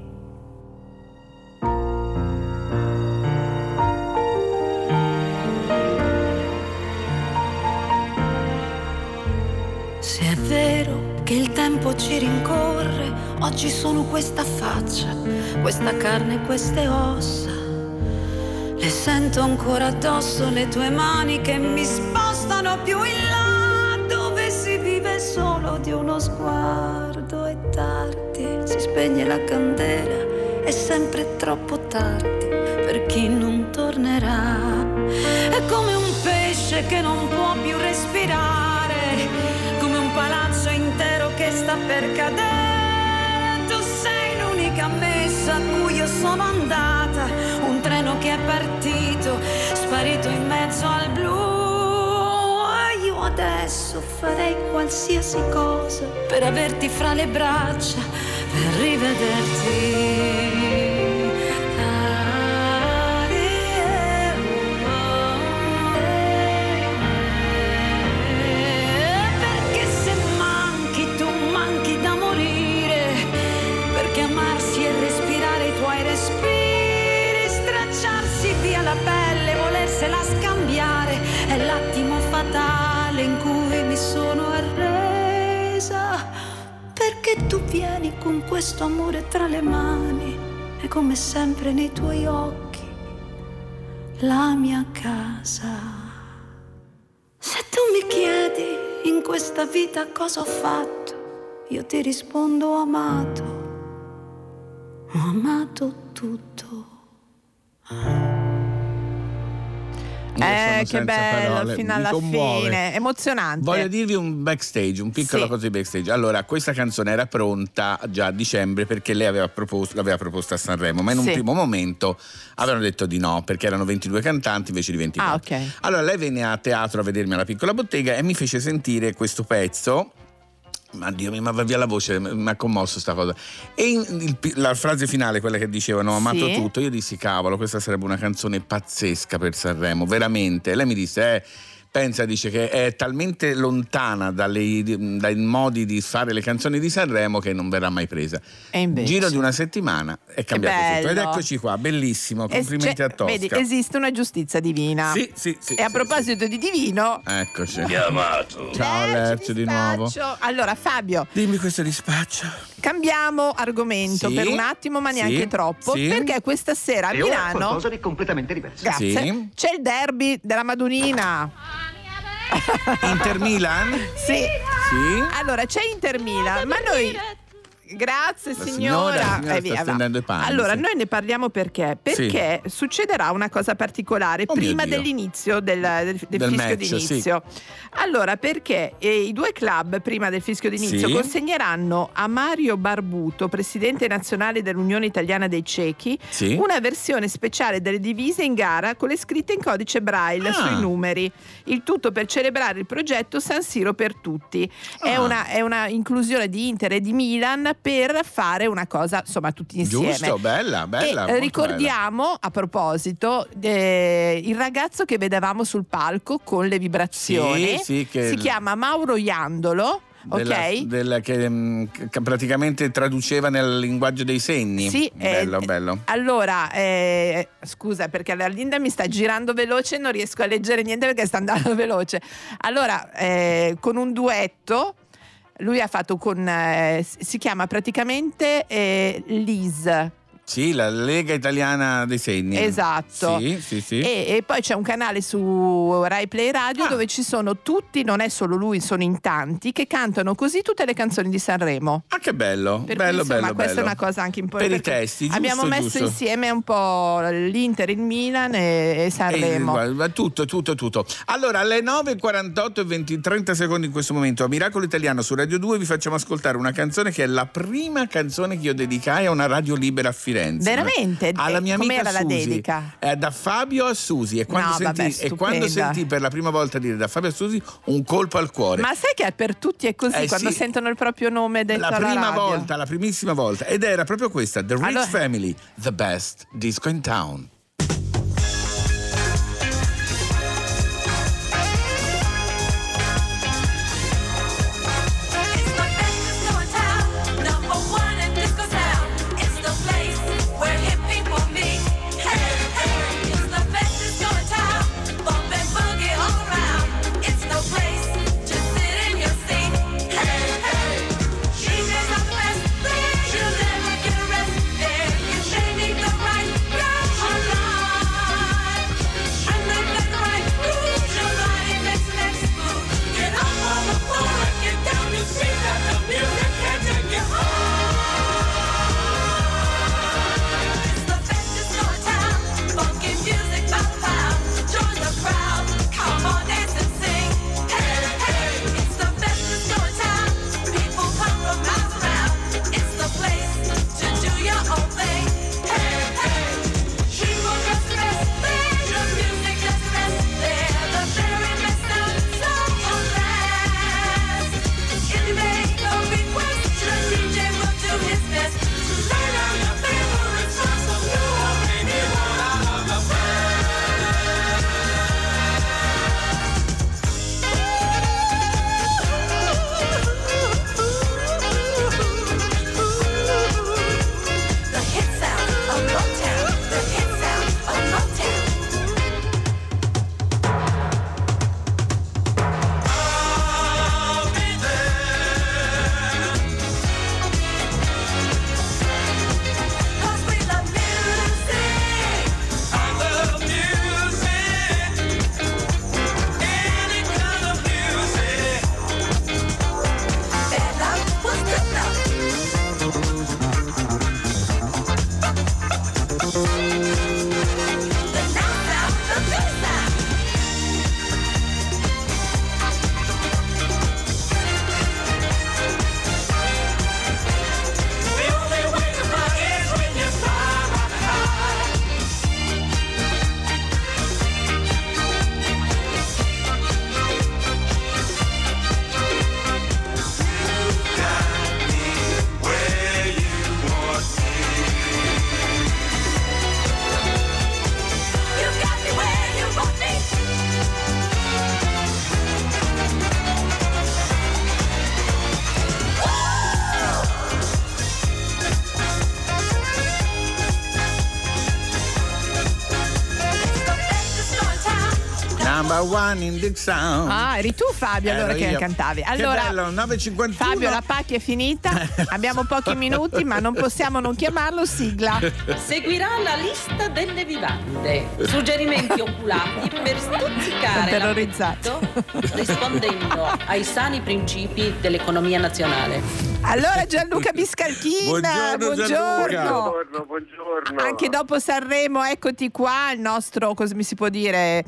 Se è vero che il tempo ci rincorre, oggi sono questa faccia, questa carne, queste ossa. Le sento ancora addosso, le tue mani che mi spostano più in là, dove si vive solo di uno sguardo. È tardi, si spegne la candela, è sempre troppo tardi per chi non tornerà. È come un pesce che non può più respirare, come un palazzo intero che sta per cadere. Tu sei l'unica messa a cui io sono andata, un treno che è partito, sparito in mezzo al blu. E io adesso farei qualsiasi cosa per averti fra le braccia, per rivederti. La pelle, volersela scambiare, è l'attimo fatale in cui mi sono arresa, perché tu vieni con questo amore tra le mani e come sempre nei tuoi occhi la mia casa. Se tu mi chiedi in questa vita cosa ho fatto, io ti rispondo ho amato, ho amato tutto. Eh, che bello, parole, fino alla fine, emozionante. Voglio dirvi un backstage, un piccolo Sì. cosa di backstage. Allora, questa canzone era pronta già a dicembre perché lei aveva proposto, l'aveva proposta a Sanremo, ma in un Sì. primo momento avevano detto di no perché erano ventidue cantanti invece di ventiquattro. Ah, ok. Allora lei venne a teatro a vedermi alla Piccola Bottega e mi fece sentire questo pezzo. Ma Dio, mi va via la voce, mi ha commosso sta cosa. E in, il, la frase finale, quella che dicevano ho amato Sì. tutto, io dissi cavolo, questa sarebbe una canzone pazzesca per Sanremo, veramente. Lei mi disse eh, pensa, dice che è talmente lontana dalle, dai modi di fare le canzoni di Sanremo che non verrà mai presa. E invece? Giro di una settimana è cambiato tutto. Ed bello. eccoci qua, bellissimo, complimenti Es- a Tosca. Vedi, esiste una giustizia divina. Sì, sì, sì, E a sì, proposito di divino, Eccoci. Chiamato. Ciao Lercio di nuovo. Spaccio. Allora Fabio, Dimmi questo dispaccio. cambiamo argomento Sì, per un attimo, ma neanche sì, troppo, sì. perché questa sera a E ora Milano, qualcosa di completamente diverso. grazie, Sì. c'è il derby della Madonnina. Inter Milan? Sì. Sì. Allora c'è Inter Milan, ma noi grazie La signora, signora- la signora Eh, sta via, va. stendendo i panni, allora sì. noi ne parliamo perché perché succederà una cosa particolare Oh mio prima Dio. dell'inizio del, del, del Del fischio match, d'inizio. Allora perché eh, i due club prima del fischio d'inizio Sì. consegneranno a Mario Barbuto, presidente nazionale dell'Unione Italiana dei Ciechi, Sì. una versione speciale delle divise in gara con le scritte in codice braille Ah. sui numeri, il tutto per celebrare il progetto San Siro per tutti. È, Ah. una, è una inclusione di Inter e di Milan per fare una cosa, insomma, tutti insieme. Giusto, bella, bella. E molto ricordiamo, a proposito, eh, il ragazzo che vedevamo sul palco con le vibrazioni. Sì, sì, che si il- chiama Mauro Iandolo. Della, ok? della- che, mm, che praticamente traduceva nel linguaggio dei segni. Sì, bello, eh, bello. Allora, eh, scusa perché la Linda mi sta girando veloce e non riesco a leggere niente perché sta andando veloce. Allora, eh, con un duetto, lui ha fatto con, eh, si chiama praticamente eh, Liz. Sì, la Lega Italiana dei Segni. Esatto. Sì, sì, sì. E, e poi c'è un canale su Rai Play Radio Ah. dove ci sono tutti, non è solo lui, sono in tanti, che cantano così tutte le canzoni di Sanremo. Ah, che bello, Per bello, cui, insomma, bello, questa bello. è una cosa anche importante. Per i testi, giusto, abbiamo messo giusto. insieme un po' l'Inter, il Milan e, e Sanremo. Eh, guarda, tutto, tutto, tutto. Allora, alle nove e quarantotto e venti, trenta secondi in questo momento, a Miracolo Italiano su Radio due vi facciamo ascoltare una canzone che è la prima canzone che io dedicai a una radio libera a Firenze. Veramente? Alla mia amica Com'era la Susi. dedica? Eh, da Fabio a Susi. E quando, No, sentì, vabbè, e quando stupenda. sentì per la prima volta dire da Fabio a Susi, un colpo al cuore. Ma sai che per tutti è così, Eh, quando sì. sentono il proprio nome detto La alla prima radio. volta, la primissima volta. Ed era proprio questa, The Rich Allora- Family, The Best Disco in Town. Number one in the sound. Ah, eri tu Fabio allora Ero che io. cantavi. Che Allora, bello, nove e cinquantuno. Fabio, la pacchia è finita, abbiamo pochi minuti, ma non possiamo non chiamarlo sigla. Seguirà la lista delle vivande. Suggerimenti oculati per stuzzicare Terrorizzato. l'appetito, rispondendo ai sani principi dell'economia nazionale. Allora Gianluca Biscalchina, Buongiorno, Gianluca. Buongiorno, buongiorno. Anche dopo Sanremo, eccoti qua, il nostro, come si può dire,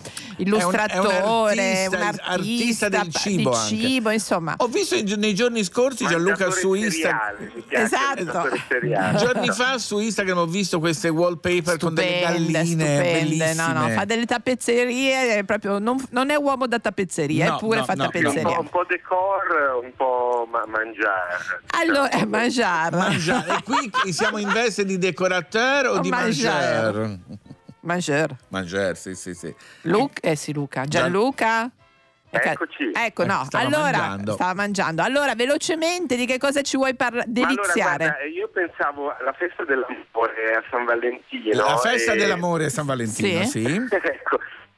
illustratore, È un- è un artista, artista del cibo di anche. cibo, insomma. Ho visto in- nei giorni scorsi Gianluca Mangiatore su Instagram. seriale, mi piace, Esatto. mangiatore seriale. Giorni fa su Instagram ho visto queste wallpaper con delle Stupende, galline stupende, bellissime. no, no, fa delle tappezzerie, è proprio, non, non è uomo da tappezzeria, No, eppure no, fa no, Un tappezzeria. po', un po' decor, un po' ma- mangiare. Allora, eh, mangiare. Mangiare. E qui siamo in veste di decorateur o O di mangiare. mangiare? Mangiare. Mangiare, sì, sì, sì. Luca, eh sì, Luca. Gianluca. Eccoci. Ecco, no, Eh, stava allora mangiando. stava mangiando. Allora, velocemente di che cosa ci vuoi parlare? Ma allora, Deliziare. guarda, io pensavo alla festa dell'amore a San Valentino. La festa e- dell'amore a San Valentino, Sì. sì. ecco.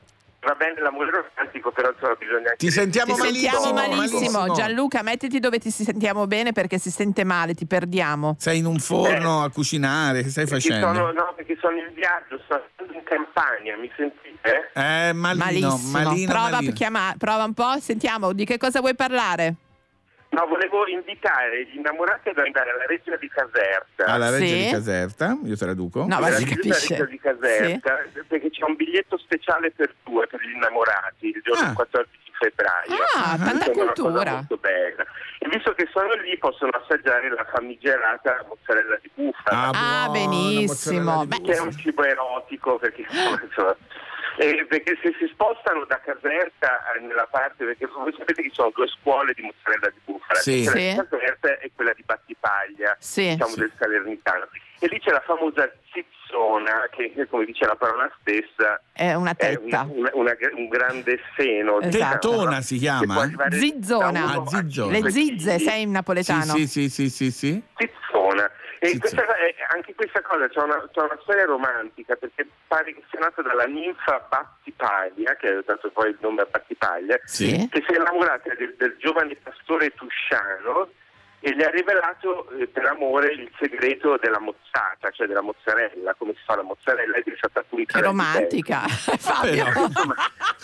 Va bene l'amore romantico, però insomma bisogna anche... Ti sentiamo Ti malissimo. sentiamo malissimo. malissimo. Gianluca, mettiti dove ti sentiamo bene perché si sente male, ti perdiamo. Sei in un forno a cucinare, che stai Perché facendo? sono, no, perché sono in viaggio, sono in campagna, mi sentite? Eh, malino, Malissimo. malino, prova, malino. a chiama- prova un po', sentiamo di che cosa vuoi parlare. No, volevo invitare gli innamorati ad andare alla Reggia di Caserta. Alla Reggia Sì. di Caserta, io traduco. No, ma Alla si Reggia capisce. di Caserta, perché c'è un biglietto speciale per due per gli innamorati il giorno Ah. quattordici febbraio. Ah, tanta Che è una cosa cultura. molto bella. E visto che sono lì possono assaggiare la famigerata mozzarella di bufala. Ah, buona, benissimo. mozzarella di Beh, che è un cibo erotico perché insomma, eh, perché se si spostano da Caserta eh, nella parte, perché voi sapete che ci sono due scuole di mozzarella di bufala, Sì. quella Sì. di Caserta e quella di Battipaglia, Sì. diciamo Sì. del Salernitano, e lì c'è la famosa zizzona che come dice la parola stessa è una è tetta. una- una- un grande seno, Esatto. Tettona si che può chiama? arrivare Zizzona. da uno Ah, a zizzona. Le cinque zizze, chili. sei in napoletano? Sì, sì, sì, sì, sì. Zizzona. E Zizzona. questa, eh, anche questa cosa c'è una, c'è una storia romantica perché pare che sia nata dalla ninfa Battipaglia, che ha dato poi il nome a Battipaglia, Sì. che si è innamorata del, del giovane pastore Tusciano e gli ha rivelato eh, per amore il segreto della mozzata, cioè della mozzarella, come si fa la mozzarella, ed è stata punta Che romantica. Fabio. Insomma,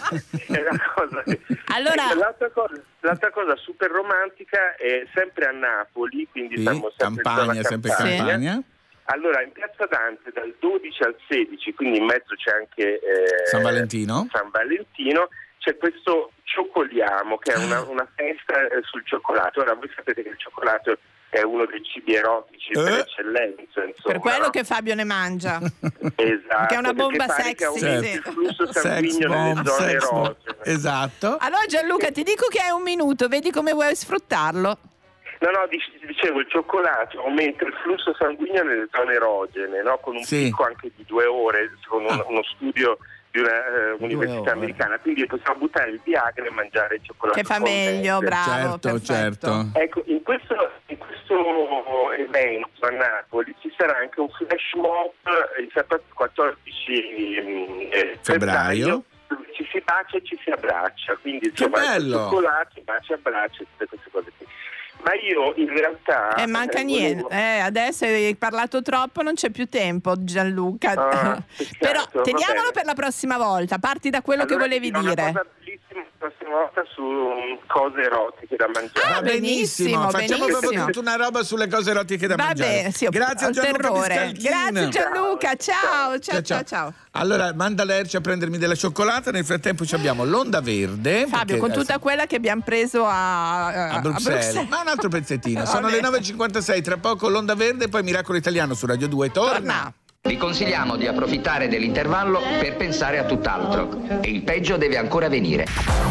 è una cosa che... Allora- E l'altra cosa, l'altra cosa super romantica è sempre a Napoli, quindi Sì, siamo sempre in Campania, zona sempre Campania. Campania. Allora, in Piazza Dante dal dodici al sedici, quindi in mezzo c'è anche eh, San Valentino. San Valentino, c'è questo Cioccoliamo, che è una, una festa eh, sul cioccolato. Ora, voi sapete che il cioccolato è uno dei cibi erotici per Eh. eccellenza, insomma. Per quello no? che Fabio ne mangia. Esatto, che è una bomba perché pare che sexy, aumenti sì. il flusso Sex sanguigno nelle bomb, zone sex bomb. erogene. Esatto. Allora Gianluca, ti dico che hai un minuto, vedi come vuoi sfruttarlo. No, no, dic- dicevo, il cioccolato aumenta il flusso sanguigno nelle zone erogene, no? Con un Sì. picco anche di due ore, secondo un- Ah. uno studio di una eh, università ore. americana. Quindi possiamo buttare il Viagra e mangiare il cioccolato. Che fa fondente. meglio, bravo. Certo, perfetto. certo. Ecco, in questo, in questo evento a Napoli ci sarà anche un flash mob il quattordici eh, Febbraio. dove ci si bacia e ci si abbraccia, quindi insomma bello! cioccolato, baci, abbracci, tutte queste cose qui. Ma io in realtà Eh, manca eh, niente. volevo- Eh, adesso hai parlato troppo, non c'è più tempo, Gianluca. Ah, Però peccato, va teniamolo bene. per la prossima volta. Parti da quello Allora, che volevi dirò dire. Una cosa bellissima la prossima volta su mm, cose erotiche da mangiare. Ah, Va benissimo, facciamo benissimo. proprio tutta una roba sulle cose erotiche da Va mangiare. bene, sì, ho- Grazie ho a Gianluca terrore. Biscalchin. Grazie Gianluca, ciao, ciao, ciao, ciao. Allora, manda Lerci a prendermi della cioccolata. Nel frattempo ci abbiamo l'Onda Verde. Fabio, perché- con tutta quella che abbiamo preso a, a Bruxelles. Ma un altro pezzettino. Sono Vabbè. le nove e cinquantasei, tra poco l'Onda Verde, poi Miracolo Italiano su Radio due. Torna. Torna. Vi consigliamo di approfittare dell'intervallo per pensare a tutt'altro. E il peggio deve ancora venire.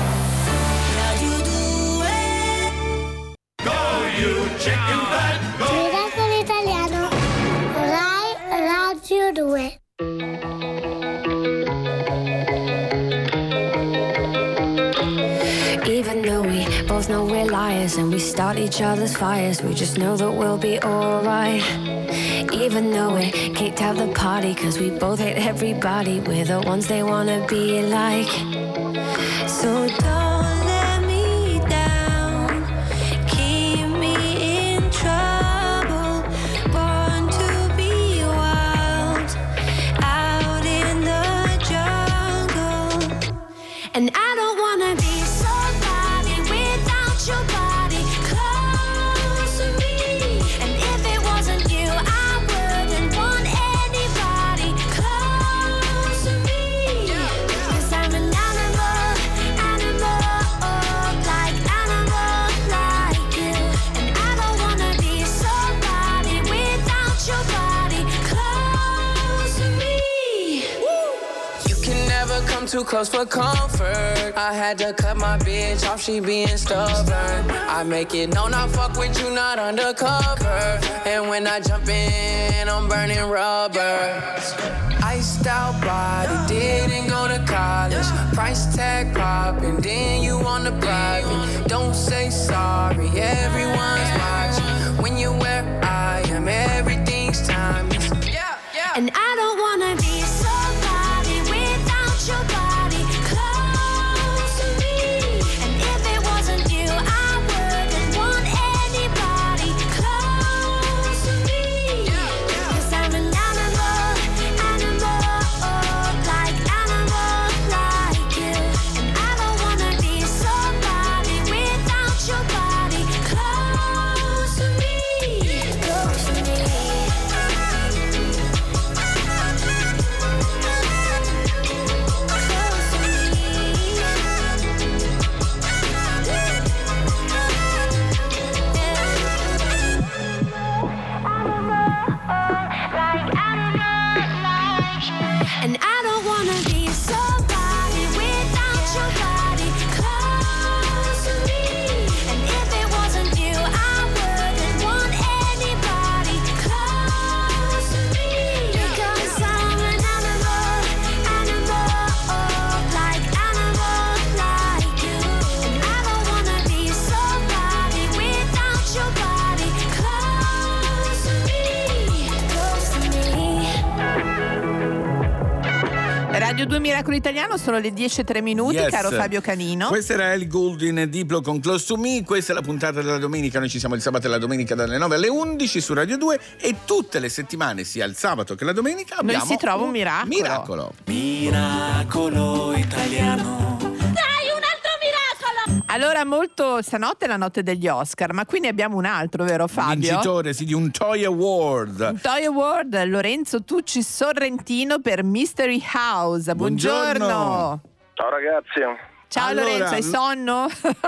Miracolo Italiano, Rai Radio due. Even though we both know we're liars and we start each other's fires, we just know that we'll be alright. Even though we kicked out the party cause we both hate everybody, we're the ones they wanna be like. So don't let me down, keep me in trouble, born to be wild, out in the jungle. And I don't wanna be somebody without your body close to me. And if it wasn't you, I wouldn't want anybody close to me. Cause I'm an animal, animal, like animal, like you. And I don't wanna be somebody without your body close to me. You can never come too close for comfort. I had to cut my bitch off, she being stubborn. I make it known I fuck with you, not undercover. And when I jump in, I'm burning rubber. Iced out body, didn't go to college. Price tag popping, then you on the private. Don't say sorry, everyone's watching. When you're where I am, everything's timeless. And I don't wanna be somebody without your body close Radio due Miracolo Italiano, sono le dieci e tre minuti, Yes. caro Fabio Canino. Questo era Ellie Goulding e Diplo con Close to Me. Questa è la puntata della domenica. Noi ci siamo il sabato e la domenica dalle nove alle undici su Radio due, e tutte le settimane, sia il sabato che la domenica, Noi abbiamo si trova un miracolo. miracolo. Miracolo italiano. Dai, un altro miracolo! Allora, molto stanotte è la notte degli Oscar, ma qui ne abbiamo un altro, vero Fabio? Vincitore sì, di un Toy Award. Un Toy Award, Lorenzo Tucci Sorrentino per Mystery House. Buongiorno. Buongiorno. Ciao ragazzi. Ciao Allora, Lorenzo, hai sonno?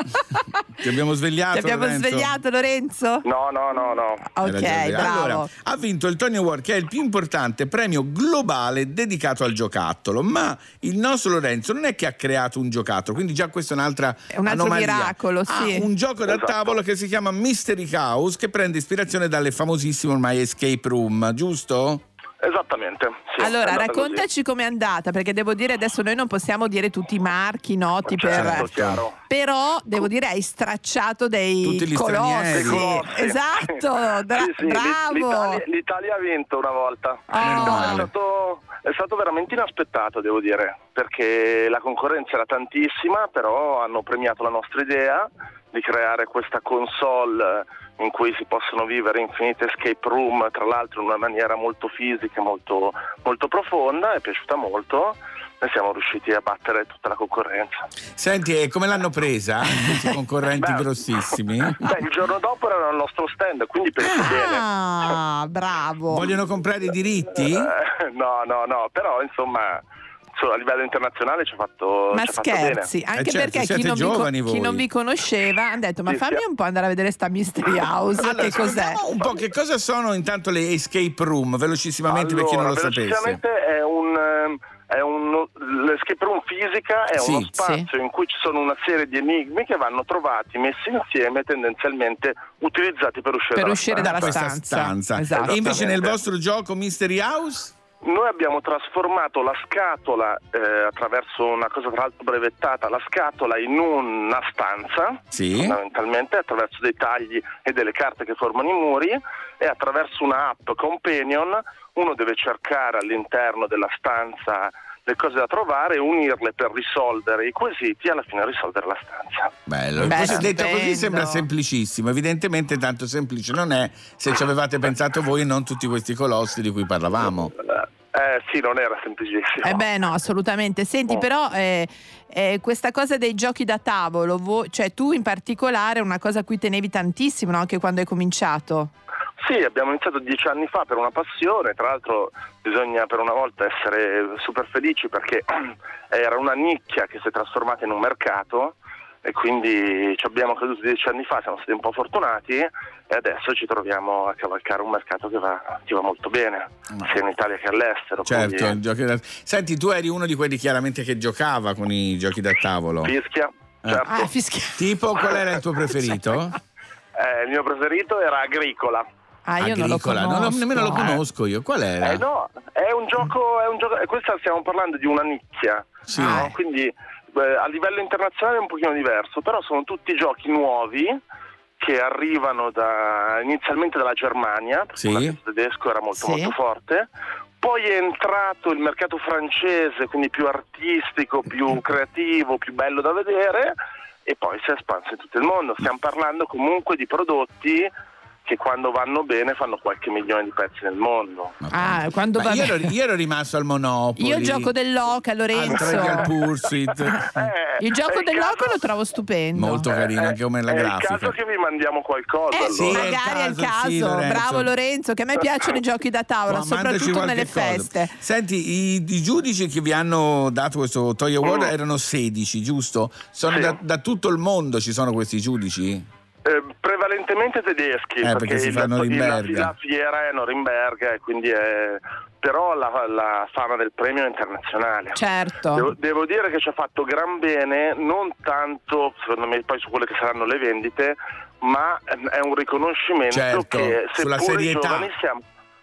Ti abbiamo svegliato. Ti abbiamo Lorenzo? svegliato, Lorenzo? No, no, no, no. Hai Ok, ragione. bravo. Allora, ha vinto il Tony Award, che è il più importante premio globale dedicato al giocattolo, ma il nostro Lorenzo non è che ha creato un giocattolo, quindi già questa è un'altra È un altro anomalia. miracolo, sì. Ha un gioco da Esatto. tavolo che si chiama Mystery House, che prende ispirazione dalle famosissime ormai escape room, giusto? Esattamente. Sì, è Allora, andata raccontaci com'è andata, perché devo dire adesso noi non possiamo dire tutti i marchi noti, così. per... Certo, chiaro. però devo dire hai stracciato dei Tutti gli colossi. stranieri. Colossi. Esatto, dra- Sì, sì, bravo. L'Italia, l'Italia ha vinto una volta. Oh. No, è stato, è stato veramente inaspettato, devo dire, perché la concorrenza era tantissima, però hanno premiato la nostra idea di creare questa console in cui si possono vivere infinite escape room, tra l'altro in una maniera molto fisica, molto, molto profonda. È piaciuta molto e siamo riusciti a battere tutta la concorrenza. Senti, e come l'hanno presa? Questi concorrenti Beh, grossissimi? Beh, il giorno dopo era al nostro stand, quindi penso bene. Ah, bravo. Vogliono comprare i diritti? Eh, no, no, no, però insomma so, a livello internazionale ci ha fatto, Ma ci ha fatto scherzi, bene. anche Eh certo, perché chi siete non, vi co- giovani voi. chi non vi conosceva ha detto ma Sì, fammi sì. un po' andare a vedere sta Mystery House, Allora, che cos'è? spieghiamo un po' che cosa sono intanto le escape room, velocissimamente, per chi non lo Allora, sapesse. velocissimamente è un ehm, è un l'escape room fisica è Sì, uno spazio in cui ci sono una serie di enigmi che vanno trovati, messi insieme, tendenzialmente utilizzati per uscire Per dalla uscire stanza. dalla Questa stanza. stanza. Esatto. E invece nel Esattamente. vostro gioco Mystery House? Noi abbiamo trasformato la scatola eh, attraverso una cosa tra l'altro brevettata, la scatola in una stanza, Sì. fondamentalmente attraverso dei tagli e delle carte che formano i muri, e attraverso una app Companion uno deve cercare all'interno della stanza le cose da trovare e unirle per risolvere i quesiti e alla fine risolvere la stanza. Bello, Beh, così, detto così stupendo. sembra semplicissimo, evidentemente tanto semplice non è se ci avevate pensato voi e non tutti questi colossi di cui parlavamo. Eh sì, non era semplicissimo. Eh beh no, assolutamente. Senti, Oh. però eh, eh, questa cosa dei giochi da tavolo, vo- cioè tu in particolare è una cosa a cui tenevi tantissimo, no? Anche quando hai cominciato. Sì, abbiamo iniziato dieci anni fa per una passione, tra l'altro bisogna per una volta essere super felici perché era una nicchia che si è trasformata in un mercato e quindi ci abbiamo creduto dieci anni fa, siamo stati un po' fortunati e adesso ci troviamo a cavalcare un mercato che va, che va molto bene, sia in Italia che all'estero. Certo, quindi- giochi da... Senti, tu eri uno di quelli chiaramente che giocava con i giochi da tavolo. Fischia, certo. Ah, fischia. Tipo, qual era il tuo preferito? Eh, il mio preferito era Agricola. Ah, io non lo Agricola, conosco. non lo- nemmeno lo conosco io. Qual era? Eh no, è un gioco, è un gioco, e questa stiamo parlando di una nicchia, Sì. no? Quindi eh, a livello internazionale è un pochino diverso, però sono tutti giochi nuovi che arrivano da, inizialmente dalla Germania, perché Sì. il mercato tedesco era molto Sì. molto forte, poi è entrato il mercato francese, quindi più artistico, più creativo, più bello da vedere, e poi si è espanso in tutto il mondo. Stiamo parlando comunque di prodotti che quando vanno bene fanno qualche milione di pezzi nel mondo. Ah, quando Ma va io, bene. ero, io ero rimasto al Monopoli. Io gioco dell'Oca, Lorenzo. al Trivial Pursuit. Eh, Il gioco è il dell'Oca caso- lo trovo stupendo. Molto carino, anche come la è il grafica. caso che vi mandiamo qualcosa. Eh sì, allora. è il magari è il caso, caso. sì, Lorenzo. Bravo Lorenzo, che a me piacciono i giochi da tavola, Oh, mandaci soprattutto nelle qualche cosa. feste. Senti, i, i giudici che vi hanno dato questo Toy Award Mm. erano sedici, giusto? Sono Sì. da, da tutto il mondo ci sono questi giudici? Eh, prevalentemente tedeschi, Eh, perché si il- fanno il- Norimberga. la fiera è Norimberga e quindi è, però la, la fama del premio è internazionale. Certo. Devo, devo dire che ci ha fatto gran bene, non tanto secondo me poi su quelle che saranno le vendite, ma è un riconoscimento Certo, che sulla seppur i serietà. giovani siamo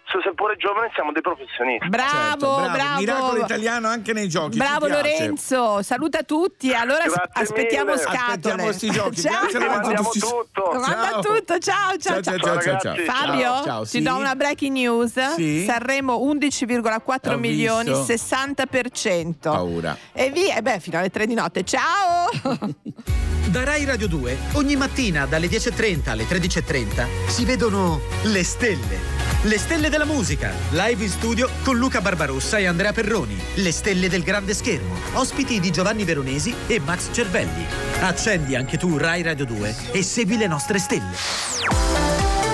seppure giovani siamo dei professionisti. Bravo, Certo, bravo. bravo. Miracolo italiano anche nei giochi. Bravo ci piace. Lorenzo, saluta tutti. Allora Grazie aspettiamo mille. scatole. Aspettiamo sti giochi. Ciao. Grazie, Lorenzo. Mandiamo Tu- tutto. Manda Ciao. tutto, ciao ciao Ciao, ciao, ciao. ciao, ciao. Fabio, Ciao, ciao, ti sì? do una breaking news. Sì? Sanremo undici virgola quattro Ho milioni, visto. sessanta per cento. Paura. E via, e beh, fino alle tre di notte. Ciao! Da Rai Radio due, ogni mattina dalle dieci e trenta alle tredici e trenta si vedono le stelle. Le stelle della musica, live in studio con Luca Barbarossa e Andrea Perroni. Le stelle del grande schermo, ospiti di Giovanni Veronesi e Max Cervelli. Accendi anche tu Rai Radio due e segui le nostre stelle.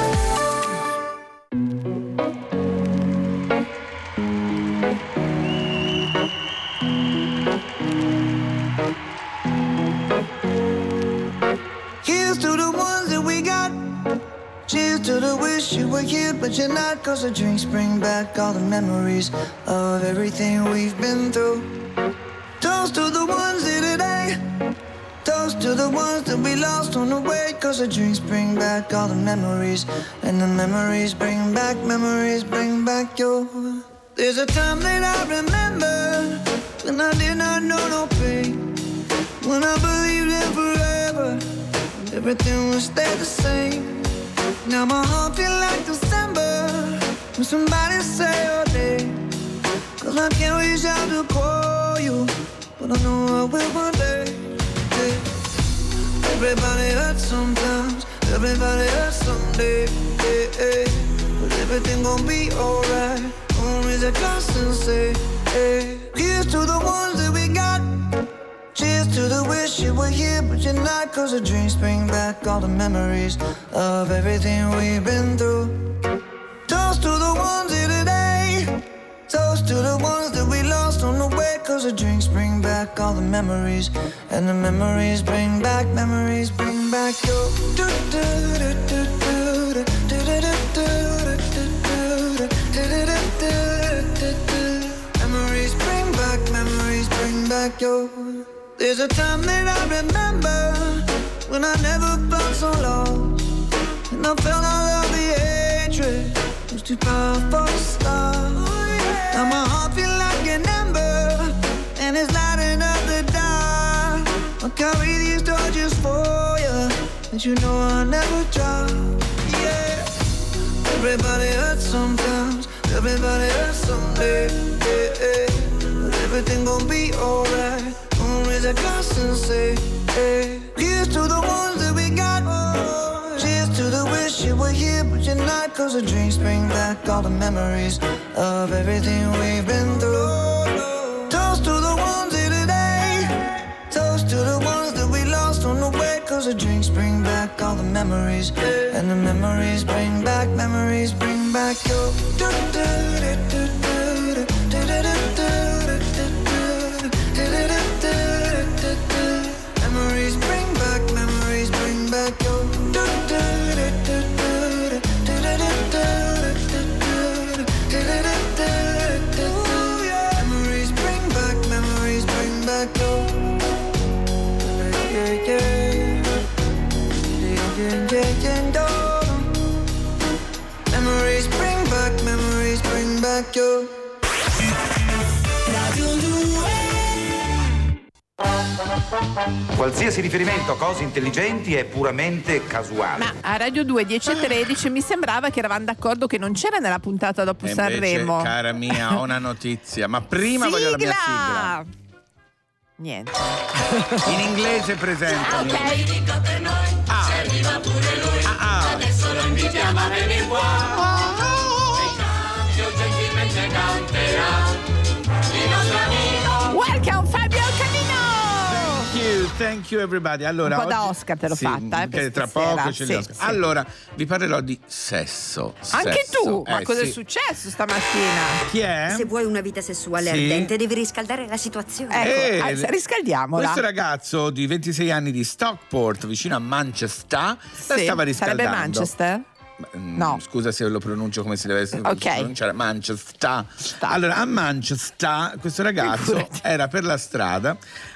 Here's to the ones that we got. Cheers to the wish you were here, but you're not. Cause the drinks bring back all the memories of everything we've been through. Toast to the ones here today. Toast to the ones that we lost on the way. Cause the drinks bring back all the memories. And the memories bring back, memories bring back your. There's a time that I remember when I did not know no pain. When I believed in forever, everything would stay the same. Now my heart feels like December when somebody say your name. Cause I can't reach out to call you, but I know I will one day. Yeah. Everybody hurts sometimes, everybody hurts someday. Yeah, yeah. But everything gon' be alright. Gonna raise a glass and say, hey. Here's to the ones that we got. Cheers to the wish you were here, but you're not. Cause the dreams bring back all the memories of everything we've been through. Toast to the ones here today. Toast to the ones that we lost on the way. Cause the drinks bring back all the memories. And the memories bring back, memories bring back your. Memories bring back, memories bring back your. There's a time that I remember when I never felt so lost. And I felt all of the hatred. It was too powerful to stop. Now my heart feels like an ember, and it's lighting up the dark. I'll carry these torches for you, and you know I'll never drop. Yeah. Everybody hurts sometimes, everybody hurts someday. Yeah, yeah. But everything gon' be alright. Raise a glass and say, hey. Here's to the ones that we got. Cheers to the wish you were here, but you're not. Cause the drinks bring back all the memories of everything we've been through. Toast to the ones here today. Toast to the ones that we lost on the way. Cause the drinks bring back all the memories. And the memories bring back, memories bring back your. Memories bring back, memories bring back your. Memories bring back, memories bring back your. Yeah, yeah, yeah, yeah, yeah, yeah. Memories bring back, memories bring back your. Qualsiasi riferimento a cose intelligenti è puramente casuale. Ma a Radio due dieci e tredici mi sembrava che eravamo d'accordo che non c'era nella puntata dopo E invece, Sanremo. cara mia, ho una notizia. Ma prima voglio la mia sigla. Niente. In inglese presenta. Ok. Per noi, ah. se arriva pure lui. Ah, ah. Adesso lo invitiamo a venire qua. E cambio gentilmente canterà il nostro amico. Welcome Fabio Canino. Thank you, thank you everybody. Allora, Un po' da oggi- Oscar te l'ho sì, fatta, eh, per che tra stasera. poco ce li Sì, Oscar. sì. Allora, vi parlerò di sesso. Anche sesso. tu? Ma Eh, cosa è sì. successo stamattina? Chi è? Se vuoi una vita sessuale Sì. ardente, devi riscaldare la situazione. Ecco, Eh, ah, riscaldiamola. Questo ragazzo di ventisei anni di Stockport, vicino a Manchester, la Sì, stava riscaldando. sarebbe Manchester? No. Scusa se lo pronuncio come si deve Ok. pronunciare. Manchester. Allora, a Manchester questo ragazzo era per la strada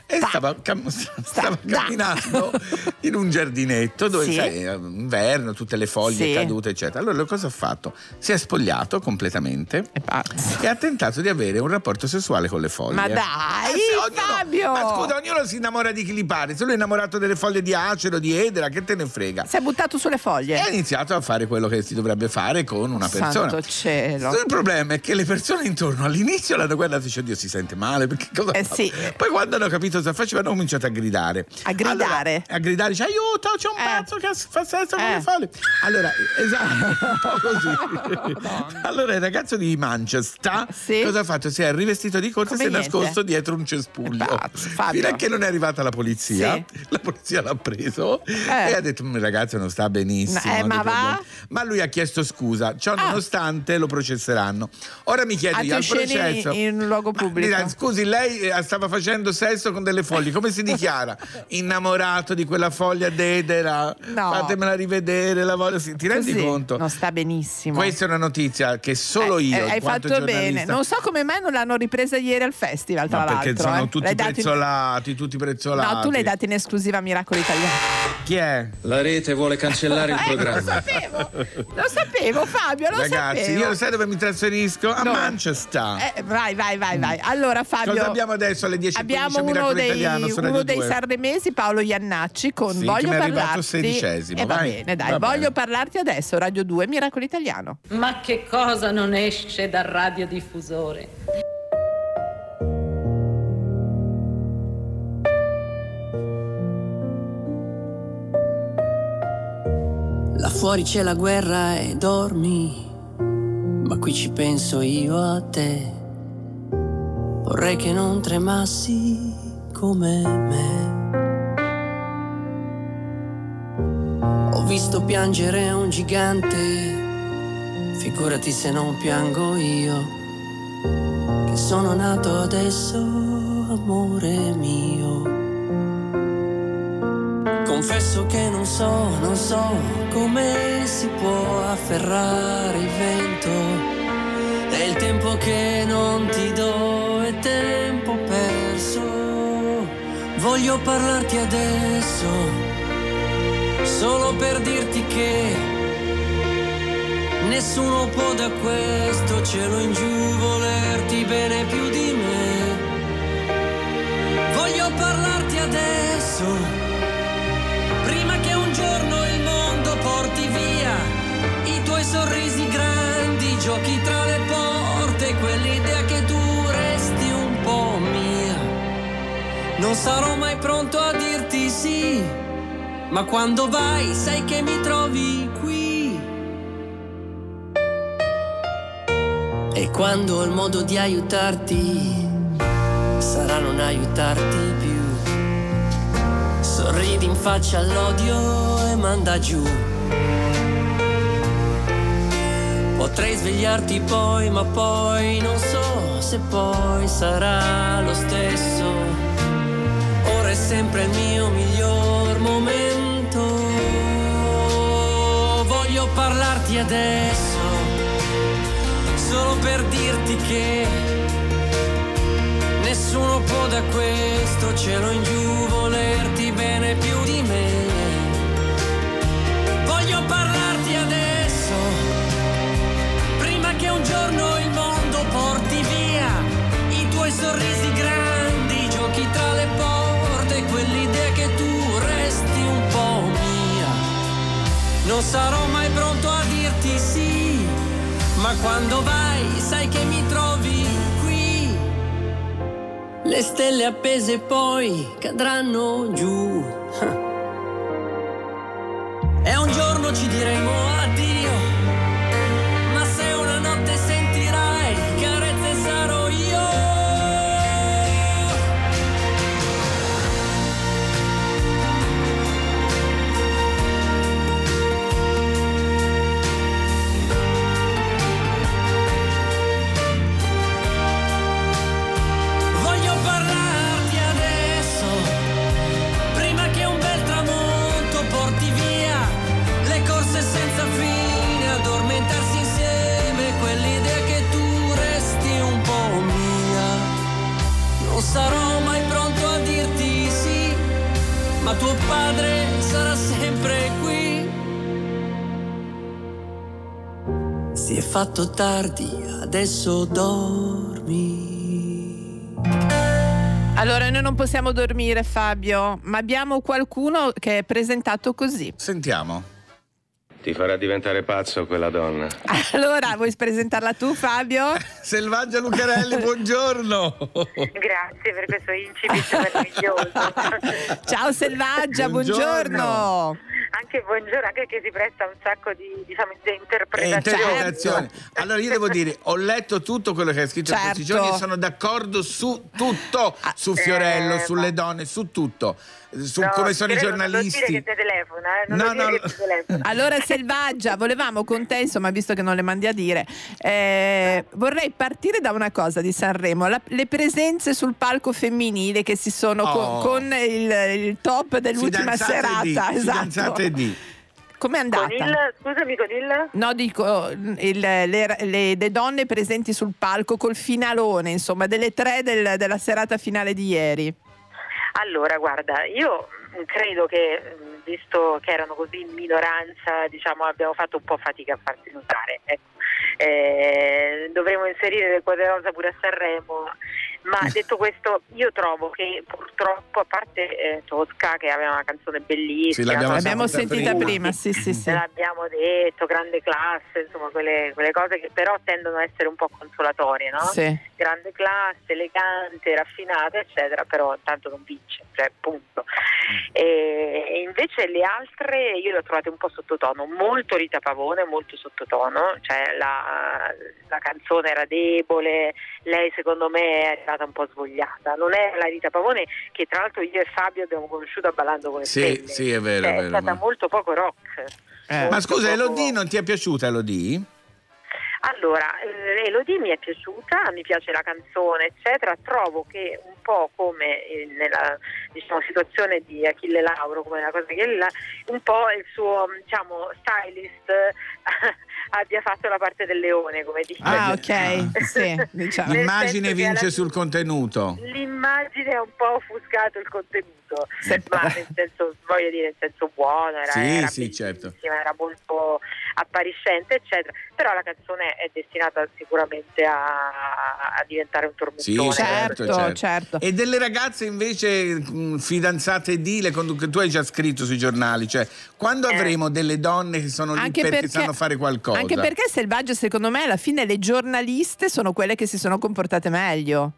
e stava, cam- stava camminando in un giardinetto dove Sì. sai, è inverno, tutte le foglie Sì. cadute eccetera. Allora cosa ha fatto? Si è spogliato completamente e ha tentato di avere un rapporto sessuale con le foglie. Ma dai, Eh sì, ognuno- Fabio! Ma scusa, ognuno si innamora di chi gli pare. Se lui è innamorato delle foglie di acero, di edera, che te ne frega? Si è buttato sulle foglie. E ha iniziato a fare quello che si dovrebbe fare con una persona. Santo cielo. Il problema è che le persone intorno all'inizio l'hanno guardato e dice Dio, si sente male perché cosa Eh fa? sì. Poi quando hanno capito cosa faceva hanno cominciato a gridare. A gridare? Allora, a gridare, dice aiuto, c'è un pazzo che fa sesso con Eh. le foglie. Allora, esatto, un po' così. Allora il ragazzo di Manchester cosa ha fatto? Si è rivestito di corsa e si è Come niente. nascosto dietro un cespuglio. Fabio. Fino a che non è arrivata la polizia. Sì. La polizia l'ha preso e ha detto il ragazzo non sta benissimo. No, eh, ha ma dei va? problemi. Ma lui ha chiesto scusa, ciò nonostante lo processeranno. Ora mi chiedo io al Altri sceni processo. in un luogo pubblico. Dirà, scusi, lei eh, stava facendo sesso con delle foglie, come si dichiara? Innamorato di quella foglia d'edera? No. Fatemela rivedere, la voglio. Sì, ti rendi Così, conto? non sta benissimo. Questa è una notizia che solo io, Eh, in hai quanto fatto bene. giornalista- Non so come mai non l'hanno ripresa ieri al festival, tra Ma perché l'altro. sono eh. tutti L'hai dato in- prezzolati, tutti prezzolati. No, tu l'hai dato in esclusiva a Miracolo Italiano. Chi è? La rete vuole cancellare il Eh, lo programma. sapevo, lo sapevo Fabio, lo Ragazzi, sapevo. io lo sai dove mi trasferisco? A No. Manchester. Eh, vai, vai, vai, vai. Allora Fabio, Cosa abbiamo adesso alle dieci e quindici abbiamo a uno Miracolo dei, Italiano su uno Radio dei due? sanremesi, Paolo Iannacci, con Sì, che Voglio mi è arrivato parlarti. sedicesimo, E va vai. bene, dai, Va voglio bene. parlarti adesso, Radio due, Miracolo Italiano. Ma che cosa non esce dal radiodiffusore? Là fuori c'è la guerra e dormi, ma qui ci penso io a te. Vorrei che non tremassi come me. Ho visto piangere un gigante, figurati se non piango io, che sono nato adesso, amore mio. Confesso che non so, non so come si può afferrare il vento. È il tempo che non ti do, è tempo perso. Voglio parlarti adesso, solo per dirti che nessuno può da questo cielo in giù volerti bene più di me. Voglio parlarti adesso, prima che un giorno il mondo porti via i tuoi sorrisi grandi, giochi tra le porte, quell'idea che tu resti un po' mia. Non sarò mai pronto a dirti sì, ma quando vai sai che mi trovi qui. E quando ho il modo di aiutarti, sarà non aiutarti più. Sorridi in faccia all'odio e manda giù. Potrei svegliarti poi, ma poi non so se poi sarà lo stesso. Ora è sempre il mio miglior momento. Voglio parlarti adesso, solo per dirti che nessuno può da questo cielo in giù volerti bene più di me. Voglio parlarti adesso, prima che un giorno il mondo porti via i tuoi sorrisi grandi, giochi tra le porte, quell'idea che tu resti un po' mia. Non sarò mai pronto a dirti sì, ma quando vai sai che mi trovi qui. Le stelle appese poi cadranno giù. E un giorno ci diremo addio, ma se una notte sentirai carezze sarò io. Voglio parlarti adesso, prima che un bel tramonto porti via le corse senza fine. padre sarà sempre qui. Si è fatto tardi, adesso dormi. Allora, noi non possiamo dormire, Fabio, ma abbiamo qualcuno che è presentato così. Sentiamo. Ti farà diventare pazzo quella donna. Allora, vuoi presentarla tu, Fabio? Selvaggia Lucarelli, buongiorno. Grazie per questo incipit meraviglioso. Ciao Selvaggia, buongiorno. buongiorno. Anche buongiorno, anche che si presta un sacco di, diciamo, di interpretazioni. interpretazioni. Allora io devo dire, ho letto tutto quello che hai scritto Certo. in questi giorni e sono d'accordo su tutto, su Fiorello, eh, sulle donne, su tutto, su No, come sono i Fiorello, giornalisti. Non lo dire che ti telefona, eh? non No, lo dire no. che ti telefona. Allora Selvaggia, volevamo con te, insomma, visto che non le mandi a dire, eh, vorrei partire da una cosa di Sanremo, la- le presenze sul palco femminile che si sono co- Oh. con il, il top dell'ultima Fidanzate di, serata. Esatto. fidanzate di. Com'è andata? Con il, scusami, con il... No, dico il- le, le- le donne presenti sul palco col finalone, insomma, delle tre del- della serata finale di ieri. Allora, guarda, io credo che, mh, visto che erano così in minoranza, diciamo, abbiamo fatto un po' fatica a farsi notare. Ecco. Eh, dovremo inserire le quote rosa pure a Sanremo. Ma detto questo, io trovo che purtroppo, a parte eh, Tosca, che aveva una canzone bellissima, Sì, l'abbiamo L'abbiamo sentita sentita prima. prima, sì, sì, sì. l'abbiamo detto, grande classe, insomma, quelle, quelle cose che però tendono a essere un po' consolatorie, no? Sì. Grande classe, elegante, raffinata, eccetera, però tanto non vince, cioè punto. E, e invece le altre io le ho trovate un po' sottotono, molto Rita Pavone, molto sottotono, cioè la, la canzone era debole, lei secondo me è stata un po' svogliata, non è la Rita Pavone che tra l'altro io e Fabio abbiamo conosciuto a Ballando con le Sì, Stelle. sì, è vero, Cioè, è vero, stata ma- molto poco rock. Eh. Ma scusa, Elodie non ti è piaciuta, Elodie? Allora, eh, Elodie mi è piaciuta, mi piace la canzone, eccetera. Trovo che un po' come eh, nella, diciamo, situazione di Achille Lauro, come la cosa che là, un po' il suo, diciamo, stylist eh, abbia fatto la parte del leone, come dice. Ah, ok, sì, diciamo. Nel L'immagine senso che vince alla- sul contenuto. L'immagine ha un po' offuscato il contenuto, Se- ma nel senso, voglio dire, nel senso buono, era, Sì, era sì, certo. bellissima, era molto appariscente, eccetera. Però la canzone è destinata sicuramente a, a diventare un Sì, tormentone. certo, Certo, certo. certo. E delle ragazze invece mh, fidanzate di, le condu- che tu hai già scritto sui giornali, cioè quando Eh. avremo delle donne che sono lì Anche perché, perché- sanno fare qualcosa? Anche perché Selvaggio, secondo me, alla fine le giornaliste sono quelle che si sono comportate meglio.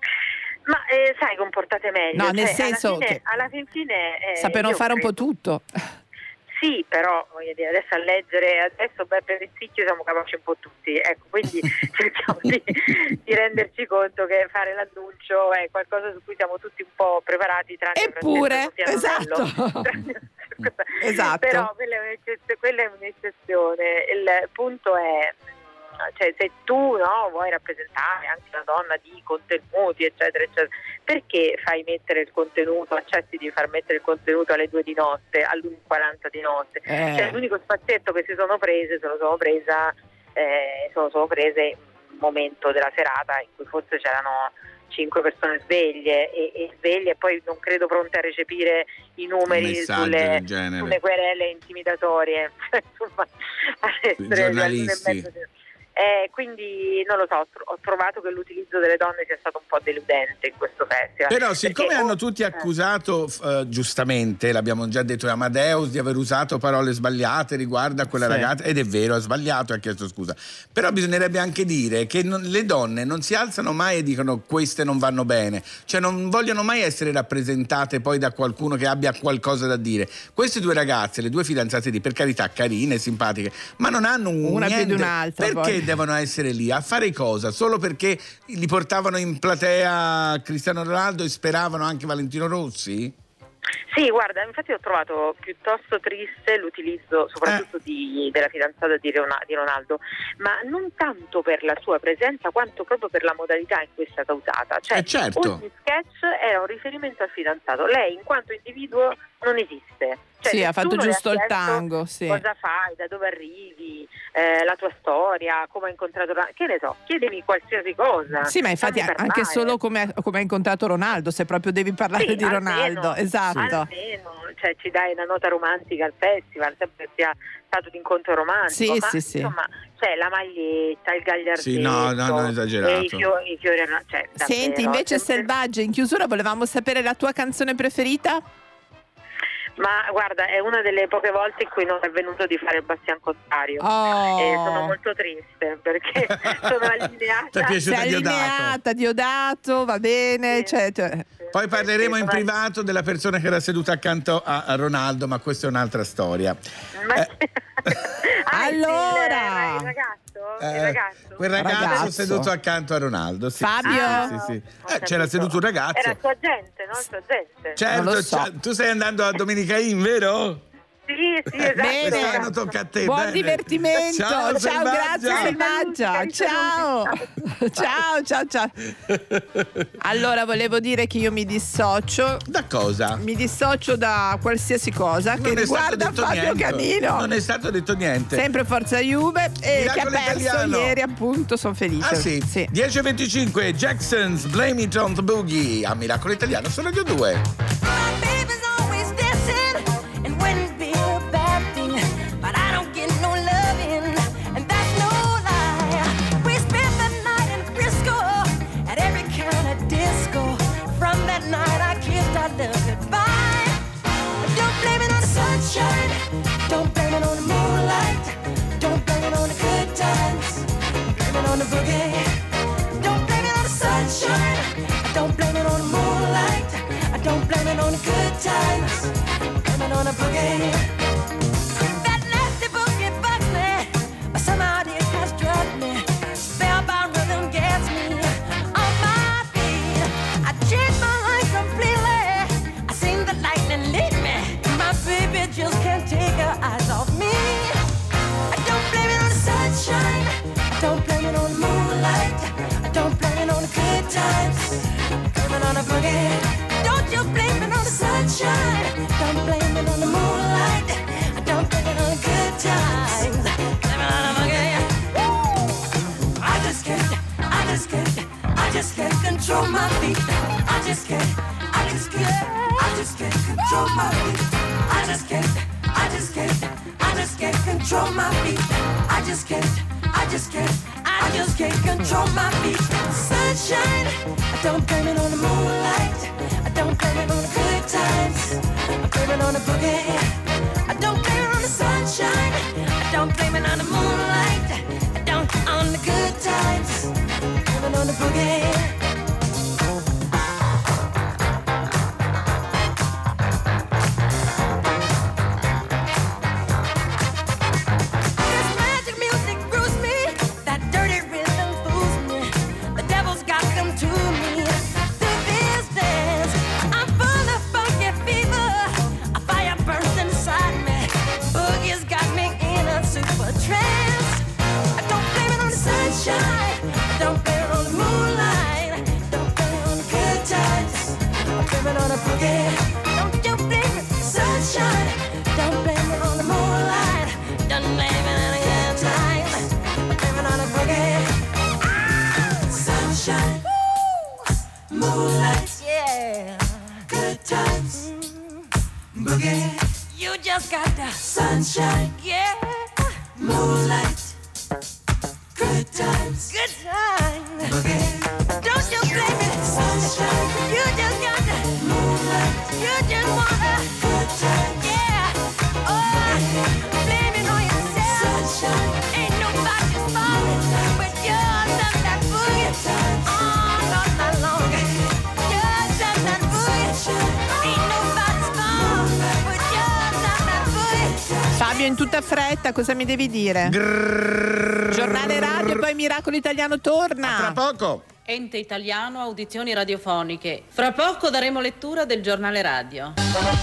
Ma eh, sai, comportate meglio. No, nel cioè, senso alla fine, che alla fin fine eh, Sapevano io fare un po' credo- tutto. Sì, però voglio dire, adesso a leggere, adesso Beppe Rizzicchio siamo capaci un po' tutti, ecco, quindi cerchiamo di, di renderci conto che fare l'annuncio è qualcosa su cui siamo tutti un po' preparati, tranne Eppure, Francesco Cianello. esatto. Scusa, Esatto. Però quella è, un'eccezione, quella è un'eccezione, il punto è, cioè, se tu no, vuoi rappresentare anche una donna di contenuti, eccetera, eccetera, perché fai mettere il contenuto, accetti di far mettere il contenuto alle due di notte, all'una e quaranta di notte? Eh. Cioè, l'unico spazietto che si sono prese, se lo sono presa, eh, sono, sono prese in un momento della serata in cui forse c'erano cinque persone sveglie e, e sveglie e poi non credo pronte a recepire i numeri Messaggio sulle, del genere. sulle querele intimidatorie. Insomma, alle Sui tre, alle giornalisti. alle e mezza di- Eh, quindi non lo so, ho tro- ho trovato che l'utilizzo delle donne sia stato un po' deludente in questo festival. Però siccome Perché- hanno tutti accusato eh, giustamente, l'abbiamo già detto Amadeus, di aver usato parole sbagliate riguardo a quella Sì. ragazza, ed è vero, ha sbagliato e ha chiesto scusa, però bisognerebbe anche dire che non- le donne non si alzano mai e dicono queste non vanno bene, cioè non vogliono mai essere rappresentate poi da qualcuno che abbia qualcosa da dire. Queste due ragazze, le due fidanzate di, per carità, carine, simpatiche, ma non hanno un Una più niente. di un'altra, Perché poi. devono essere lì a fare cosa? Solo perché li portavano in platea Cristiano Ronaldo e speravano anche Valentino Rossi? Sì, guarda, infatti ho trovato piuttosto triste l'utilizzo soprattutto Eh. di- della fidanzata di, Rona- di Ronaldo, ma non tanto per la sua presenza quanto proprio per la modalità in cui è stata usata. Cioè, Eh, certo. ogni sketch era un riferimento al fidanzato. Lei in quanto individuo non esiste. Cioè, Sì, ha fatto nessuno le giusto il chiesto tango, sì. Cosa fai, da dove arrivi, eh, la tua storia, come hai incontrato, che ne so, chiedimi qualsiasi cosa. Sì, ma infatti Fammi anche parlare. solo come, come hai incontrato Ronaldo, se proprio devi parlare Sì, di almeno, Ronaldo. Esatto. Almeno, cioè, ci dai una nota romantica al festival, sempre che sia stato d'incontro romantico, Sì, ma sì, sì. insomma c'è la maglietta, il gagliardetto, Sì, no, no, no, esagerato. e i fiori, i fiori cioè, Senti, davvero, invece sempre- Selvaggio, in chiusura volevamo sapere la tua canzone preferita? Ma guarda, è una delle poche volte in cui non è venuto di fare il Bastian Contrario. Oh. E sono molto triste perché sono allineata. Ti è piaciuta Sei Diodato? allineata, Diodato, va bene. Cioè, cioè- Poi parleremo in privato della persona che era seduta accanto a a Ronaldo, ma questa è un'altra storia. Ah, allora, il, il ragazzo? Eh, il ragazzo? Quel ragazzo, Ragazzo. seduto accanto a Ronaldo. Sì, Fabio? sì, sì, sì. Eh, c'era seduto un ragazzo. Era il suo agente, no? Il suo agente. Certo, Non lo so. cioè, tu stai andando a Domenica In, vero? Sì, sì, esatto. Bene. Quest'anno tocca a te. Buon bene. divertimento. Ciao, Ciao, grazie Selvaggia. Ciao. Ciao, ciao, ciao. Allora, volevo dire che io mi dissocio. Da cosa? Mi dissocio da qualsiasi cosa che Non è stato riguarda detto Fabio niente. Canino. Non è stato detto niente. Sempre Forza Juve e che ha Miracolo perso italiano. ieri, appunto, sono felice. Ah sì, dieci e venticinque, Jackson's Blame It on the Boogie a Miracolo Italiano su Radio due. Baby's always dancing and wouldn't be a bad thing, but I don't get no loving, and that's no lie. We spent the night in Frisco at every kind of disco. From that night I kissed our love goodbye. Don't blame it on the sunshine, don't blame it on the moonlight, don't blame it on the good times, blame it on the boogie. Don't blame it on the sunshine, don't blame it on the moonlight, I don't blame it on the good times, blame it on the boogie. That nasty boogie bugs me, but somehow it has drugged me. Spellbound rhythm gets me on my feet. I changed my life completely, I seen the lightning lead me. My baby just can't take her eyes off me. I don't blame it on the sunshine, I don't blame it on the moonlight, I don't blame it on the good times, blame it on the boogie. Don't you blame it on the sunshine, don't blame it on the moonlight, I don't blame it on the good times, blame it on the boogie. Woo! I just can't, I just can't, I just can't control my feet. I just can't, I just can't, I just can't control my feet. I just can't, I just can't, I just can't control my feet. I just can't, I just can't, I just can't control my feet. Sunshine, I don't blame it on the moonlight, I don't blame it on the good times, I blame it on the boogie. I don't blame it on the sunshine, I don't blame it on the moonlight, I don't on the good times, I blame it on the boogie. This magic music grooves me, that dirty rhythm fools me. The devil's got them to me. Through this dance, I'm full of funky fever. A fire burns inside me. Boogie's got me in a super trance. I don't blame it on the sunshine, I don't blame it on the moonlight, don't blame it on the good times, I blame it on the boogie. Don't you blame it, sunshine, don't blame it on the moonlight, don't blame it on the good times, I blame it on the boogie. Ah, sunshine, woo, moonlight, yeah, good times, boogie. You just got the sunshine, yeah, moonlight, good times, good times, boogie. Don't you blame it, sunshine. You just got the moonlight. You just wanna good times, yeah. Oh, blame it on yourself. Sunshine. Ain't nobody's fault, but you're just that boogie. All night long, you're just that boogie. Ain't nobody's fault, but you're just that boogie. Fabio, in tutta fretta, cosa mi devi dire? Giornale radio e poi Miracolo Italiano torna. Tra poco. Ente Italiano Audizioni Radiofoniche. Fra poco daremo lettura del giornale radio.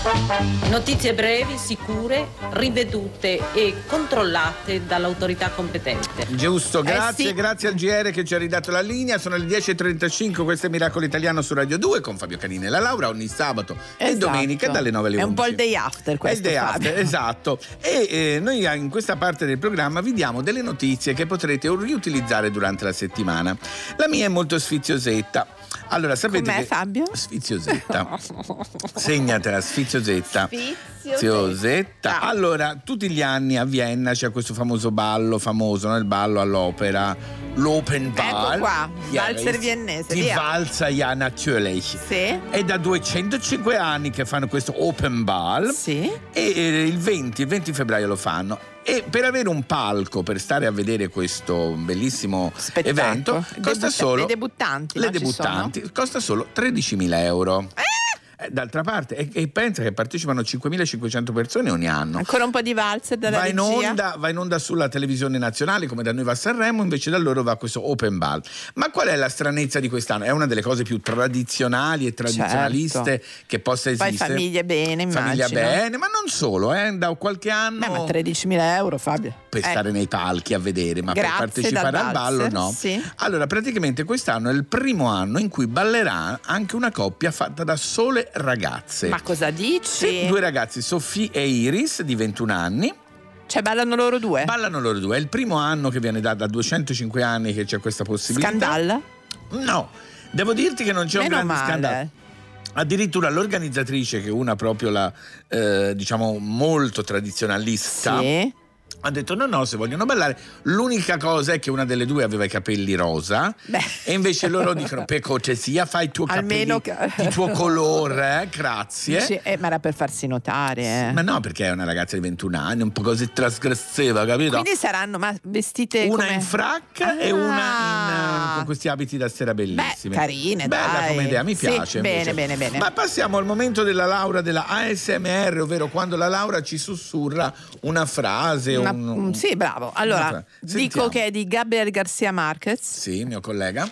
Notizie brevi, sicure, rivedute e controllate dall'autorità competente. Giusto, grazie, Eh sì. grazie al G R che ci ha ridato la linea. Sono le dieci e trentacinque, questo è Miracolo Italiano su Radio due con Fabio Canini e la Laura ogni sabato e Esatto. domenica dalle nove alle È un undici. po' il day after questo, È il day Fabio. after, esatto. E eh, noi in questa parte del programma vi diamo delle notizie che potrete riutilizzare durante la settimana. La mia è molto sfiziosetta. Allora, sapete Com'è, che Fabio? Sfiziosetta. Segnatela, sfiziosetta. Sfiziosetta. Allora, tutti gli anni a Vienna c'è questo famoso ballo famoso, no? Il ballo all'opera, l'Open Ball. Ecco qua, Ja, valzer weißt, viennese, Die via. Walzer, ja, natürlich. Sì. È da duecentocinque anni che fanno questo Open Ball. Sì. E eh, il venti, il venti febbraio lo fanno. E per avere un palco, per stare a vedere questo bellissimo evento, costa Debutta- solo le debuttanti, le no, ci debuttanti costa solo tredicimila euro. Eh, D'altra parte, e, e pensa che partecipano cinquemilacinquecento persone ogni anno. Ancora un po' di valzer dalla Va in, regia. onda, va in onda sulla televisione nazionale, come da noi va a Sanremo, invece da loro va questo Open Ball. Ma qual è la stranezza di quest'anno? È una delle cose più tradizionali e tradizionaliste Certo. che possa Poi esistere. famiglie bene, immagino. Famiglia bene, ma non solo, eh, da qualche anno. Beh, ma tredicimila euro, Fabio. Per Eh. stare nei palchi a vedere, ma Grazie per partecipare dal al ballo valzer, no. sì. Allora, praticamente quest'anno è il primo anno in cui ballerà anche una coppia fatta da sole ragazze. Ma cosa dici? Sì, due ragazzi, Sophie e Iris, di ventuno anni. Cioè ballano loro due? Ballano loro due. È il primo anno che viene da, da duecentocinque anni che c'è questa possibilità. Scandalla? No, devo dirti che non c'è Meno un grande male. scandalo. Addirittura l'organizzatrice, che è una proprio la eh, diciamo molto tradizionalista, Sì. ha detto no no, se vogliono ballare, l'unica cosa è che una delle due aveva i capelli rosa. Beh. E invece loro dicono per cortesia fai i tuoi Almeno capelli che- di tuo colore, eh, grazie. Dici, eh, ma era per farsi notare, eh. Ma no, perché è una ragazza di ventuno anni, un po' così trasgressiva, capito? Quindi saranno ma vestite Una come... in frac e Ah. una in, eh, con questi abiti da sera bellissimi. Beh, carine, Bella dai. come idea, mi Sì, piace. bene, invece. bene, bene. Ma passiamo al momento della Laura della A S M R, ovvero quando la Laura ci sussurra una frase. Una- un, mm, sì, bravo. Allora, una fra- dico Sentiamo. che è di Gabriel Garcia Marquez. Sì, mio collega.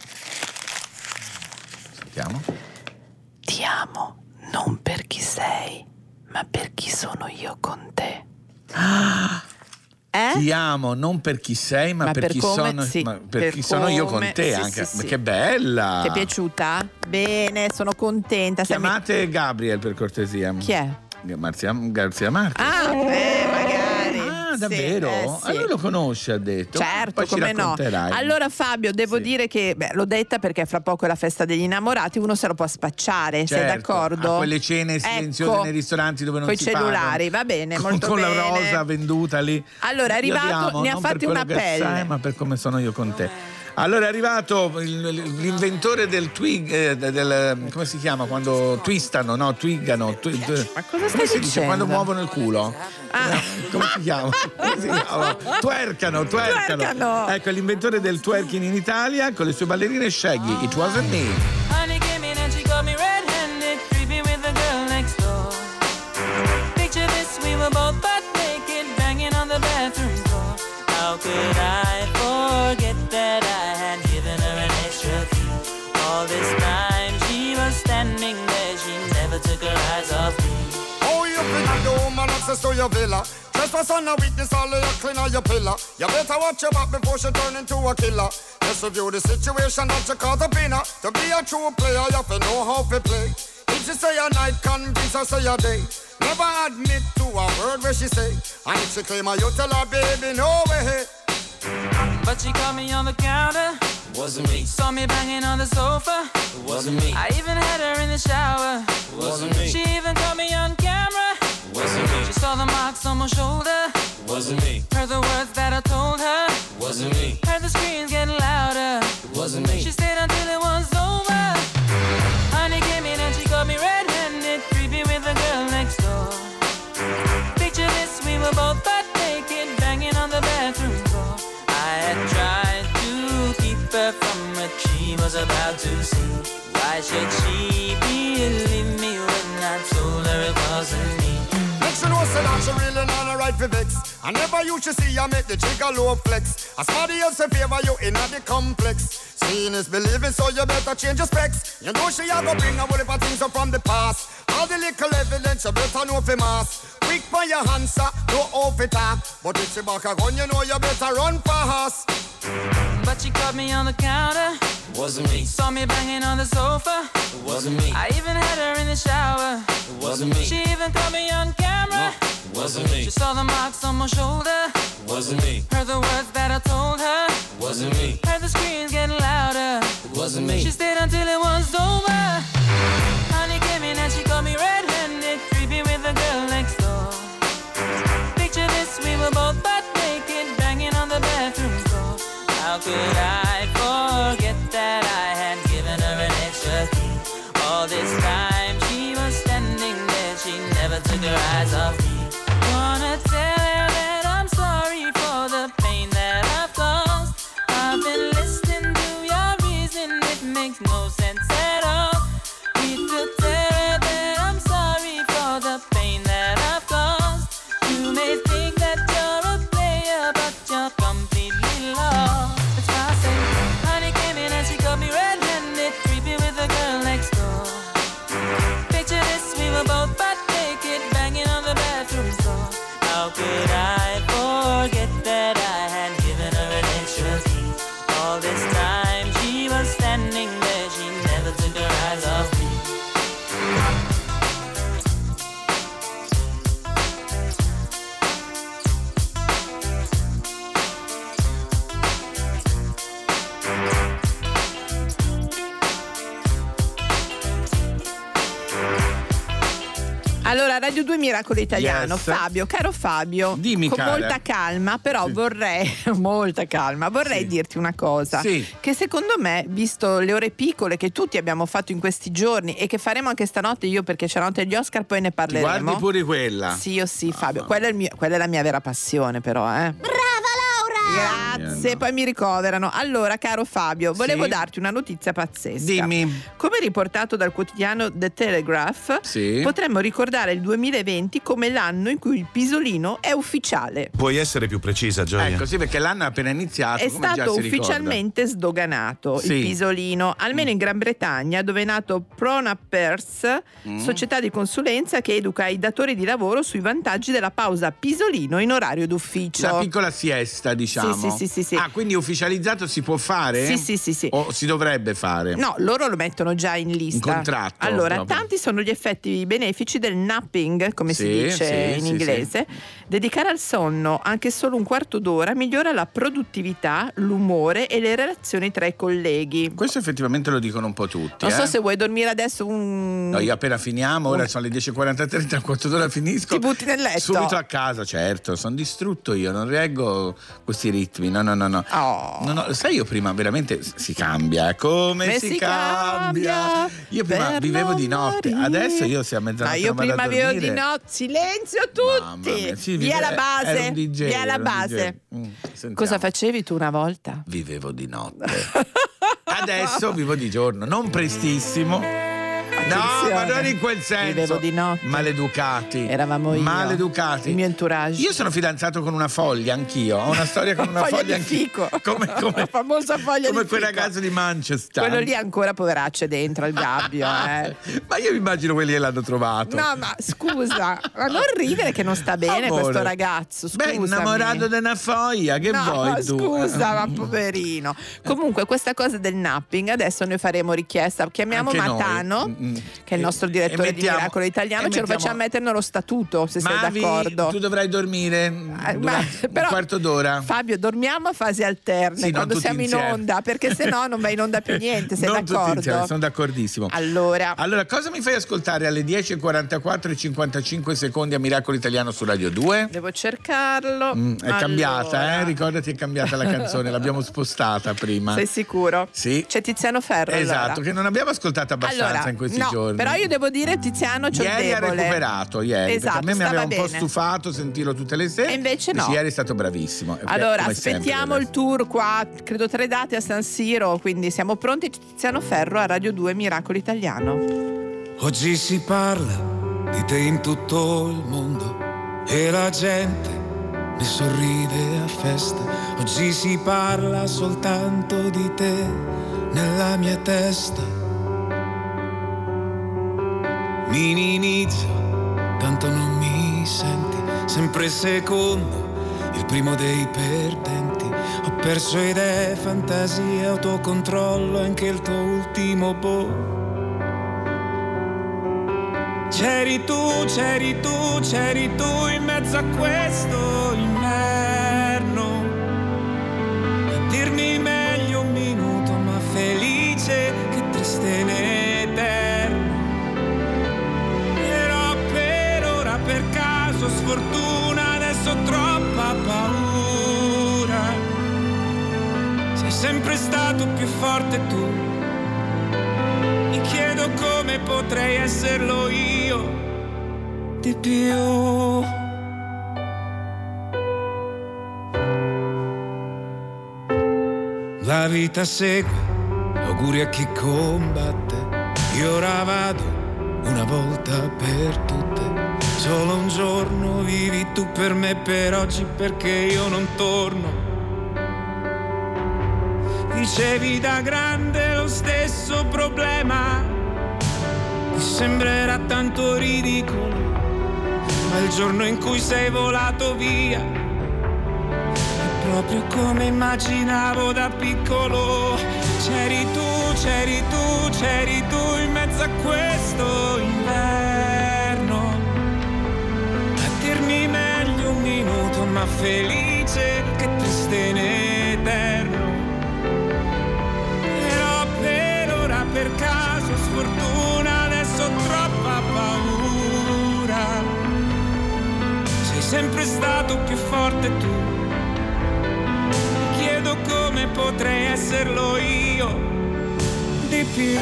Sentiamo. Ti amo non per chi sei, ma per chi sono io con te. Eh? Ti amo non per chi sei, ma, Ma per, per chi, come- sono, sì, ma per per chi sono io con come- te sì, anche. sì, sì. Che bella! Ti è piaciuta? Bene, sono contenta. Se mi- Chiamate Gabriel per cortesia. Chi è? Marzia, Garzia Marquez. Ah, eh, magari. Ah, Sì, davvero? eh, Ah, sì. lui lo conosce, ha detto. Certo, Poi ci come no. racconterai. Allora Fabio, devo dire che, beh, l'ho detta perché fra poco è la festa degli innamorati, uno se lo può spacciare, sei Certo, d'accordo? a quelle cene silenziose Ecco, nei ristoranti dove non coi si cellulari, paga. va bene, con, molto con bene. la rosa venduta lì. Allora, è Io ti arrivato, amo, ne ha non per fatti quello una che sai, pelle. ma per come sono io con te. Allora è arrivato il- l'inventore del twig, eh, del, come si chiama quando twistano, no? Twiggano. Twi, Ma cosa come stai si dice dicendo? quando muovono il culo? Ah. Come si chiama? Come si chiama? Twerkano, twerkano. Twerkano. Ecco, l'inventore del twerking in Italia con le sue ballerine Shaggy. It wasn't me. Honey came in and she got me red-handed, creepy with the girl next door. Picture this, we were both butt naked, banging on the bathroom floor. How could I forget that I had given her an extra key? All this time she was standing there, she never took her eyes off me. Oh, you think the woman access to your villa? Trespass on a witness, all of your clean on your pillar. You better watch your back before she turn into a killer. Just review the situation that you caught up in her. To be a true player, you have to know how to play. If she say a night, convince her say a day. Never admit to a word where she say. And if she claim her, you tell her, baby, no way. But she caught me on the counter. Wasn't me. Saw me banging on the sofa. Wasn't me. I even had her in the shower. Wasn't me. She even caught me on camera. Wasn't me. She saw the marks on my shoulder. Wasn't me. Heard the words that I told her. Wasn't me. Heard the screams getting louder. Wasn't me. She stayed until it was over. Honey came in and she got me red-handed, creepy with the girl next door. Picture this, we were both butt naked, banging on the bathroom floor. I had tried to keep her from what she was about to see. Why should she believe me when I told her it wasn't me? Make she know say that she really not a right for vex. I never used to see her make the trigger low flex. As somebody else in favor you in the complex. Seeing is believing, so you better change your specs. You know she a go bring a whole heap of things up from the past. All the little evidence you better know for mass. Quick for your answer, no off it up. But if she back a gun, you know you better run fast. But she caught me on the counter. Wasn't me. Saw me banging on the sofa. It wasn't me. I even had her in the shower. It wasn't me. She even caught me on camera. No, it wasn't me. She saw the marks on my shoulder. It wasn't me. Heard the words that I told her. It wasn't me. Heard the screams getting louder. It wasn't me. She stayed until it was over. Honey came in and she caught me red-handed, creepy with the girl next door. Picture this, we were both butt naked, banging on the bathroom floor. How could I forget that I had given her an extra key? All this time she was standing there, she never took her eyes off me. Wanna tell her that I'm sorry for the pain that I've caused. I've been listening to your reason, it makes no sense at all. Need to tell her that I'm sorry for the pain that I've caused. You may think that you're a player, but you're completely lost. That's why I say, honey came in and she caught me red-handed, creepy with the girl next door. Picture this, we were both butt naked, banging on the bathroom floor. How could I forget that I had given her an extra key? All this time she was standing there, she never took her eyes off me. Allora, Radio due Miracolo Italiano. Yes. Fabio, caro Fabio, Dimmi, con cara. molta calma, però Sì. vorrei, molta calma, vorrei Sì. dirti una cosa. Sì. Che secondo me, visto le ore piccole che tutti abbiamo fatto in questi giorni e che faremo anche stanotte, io perché c'è la notte degli Oscar, poi ne Ti parleremo. guardi pure quella. Sì, io sì, Fabio. Quella è, il mio- quella è la mia vera passione, però, eh. Grazie, poi mi ricoverano. Allora, caro Fabio, volevo Sì. darti una notizia pazzesca. Dimmi. Come riportato dal quotidiano The Telegraph, Sì. potremmo ricordare il duemilaventi come l'anno in cui il pisolino è ufficiale. Puoi essere più precisa, Gioia? Ecco, sì, perché l'anno è appena iniziato. È come già stato si ricorda. ufficialmente sdoganato Sì. il pisolino, almeno in Gran Bretagna, dove è nato Pronapers, Mm. società di consulenza che educa i datori di lavoro sui vantaggi della pausa pisolino in orario d'ufficio. La piccola siesta, diciamo. Sì, sì, sì, sì, sì. Ah, quindi ufficializzato si può fare? Sì, sì, sì, sì. O si dovrebbe fare? No, loro lo mettono già in lista. In contratto, Allora, proprio. tanti sono gli effetti benefici del napping, come si Sì, dice sì, in sì, inglese. Dedicare al sonno anche solo un quarto d'ora migliora la produttività, l'umore e le relazioni tra i colleghi. Questo effettivamente lo dicono un po' tutti. Non so eh. se vuoi dormire adesso un... No, io appena finiamo, ora sono le dieci e quarantatré, tra un quarto d'ora finisco. Ti butti nel letto? Subito a casa, certo, sono distrutto io, non reggo questi ritmi. No, no, no, no. Oh. No, no, sai, io prima veramente si cambia, eh, come Come si, si cambia. cambia Io prima per vivevo non di notte, morire. adesso io se a Ma mezzanotte io non vado prima a avevo dormire. di no, silenzio tutti. Mamma mia, sì, via vive- la base, ero un D J, via la ero un D J. base. Mm, sentiamo. Cosa facevi tu una volta? Vivevo di notte. Adesso vivo di giorno, non prestissimo. No, Attenzione. ma non in quel senso. Vivevo di notte. Maleducati. Eravamo io. Maleducati. Il mio entourage. Io sono fidanzato con una foglia, anch'io. Ho una storia con una Foglia foglia, di anch'io. fico. Come, come, La famosa foglia come di quel fico. ragazzo di Manchester. Quello lì ancora poveraccio è dentro al gabbio, eh. Ma io mi immagino quelli che l'hanno trovato. No, ma scusa, ma non ridere che non sta bene Amore. questo ragazzo. Beh, Scusami. innamorato di una foglia, che no, vuoi tu? scusa, ma poverino. Comunque, questa cosa del napping adesso ne faremo richiesta. Chiamiamo Anche noi. Matano, Mm, mm. che è il nostro E- direttore e di mettiamo- Miracolo Italiano, e ce lo mettiamo- facciamo mettere nello statuto, se sei Mavi, d'accordo. tu dovrai dormire Eh, durante ma- però, un quarto d'ora. Fabio, dormiamo a fasi alterne Sì, non quando tutti siamo in insieme. onda, perché se no non va in onda più niente, sei Non tutti d'accordo? insieme, sono d'accordissimo. Allora, Allora, cosa mi fai ascoltare alle dieci e quarantaquattro e cinquantacinque secondi a Miracolo Italiano su Radio due? devo cercarlo. Mm, è Allora. cambiata, eh? Ricordati, è cambiata la canzone, l'abbiamo spostata prima. Sei sicuro? Sì. C'è Tiziano Ferro. Esatto, allora. che non abbiamo ascoltato abbastanza Allora, in questi no, giorni. però io devo dire Tiziano c'ho il Ieri ha debole. recuperato, ieri, Esatto, perché a me mi stava aveva un po' bene. stufato sentirlo tutte le sere. E invece no. Ieri è stato bravissimo. Eh, Allora, come sempre, aspettiamo il tour qua, credo tre date a San Siro, quindi siamo pronti. Tiziano Ferro a Radio due Miracolo Italiano. Oggi si parla di te in tutto il mondo e la gente ne sorride a festa. Oggi si parla soltanto di te nella mia testa. Minimizzo, tanto non mi senti, sempre secondo, il primo dei perdenti. Ho perso idee, fantasie, autocontrollo, anche il tuo ultimo boh. C'eri tu, c'eri tu, c'eri tu in mezzo a questo inverno, a dirmi meglio un minuto, ma felice che triste in eterno. Però per ora, per caso, sfortuna, adesso ho troppa paura. Sei sempre stato più forte tu. Mi chiedo come potrei esserlo io di più. La vita segue, auguri a chi combatte. Io ora vado una volta per tutte. Solo un giorno vivi tu per me, per oggi, perché io non torno. Dicevi da grande lo stesso problema, ti sembrerà tanto ridicolo, ma il giorno in cui sei volato via è proprio come immaginavo da piccolo. C'eri tu, c'eri tu, c'eri tu in mezzo a questo inverno, a dirmi meglio un minuto, ma felice che triste in eterno. Per caso, sfortuna, adesso ho troppa paura. Sei sempre stato più forte tu. Mi chiedo come potrei esserlo io di più.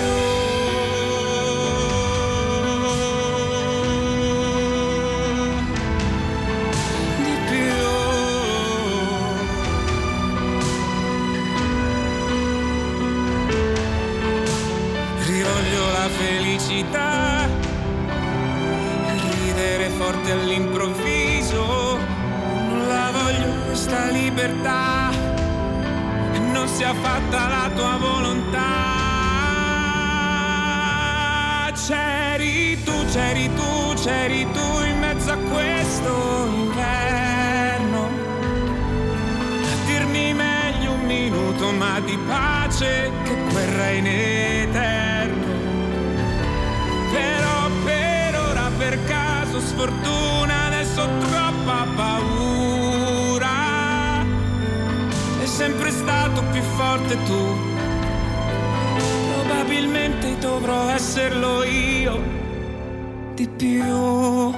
Felicità, ridere forte all'improvviso, non la voglio questa libertà, non sia fatta la tua volontà. C'eri tu, c'eri tu, c'eri tu in mezzo a questo inverno, a dirmi meglio un minuto, ma di pace che guerra in eterno. Però per ora, per caso, sfortuna, adesso ho troppa paura. È sempre stato più forte tu. Probabilmente dovrò esserlo io di più.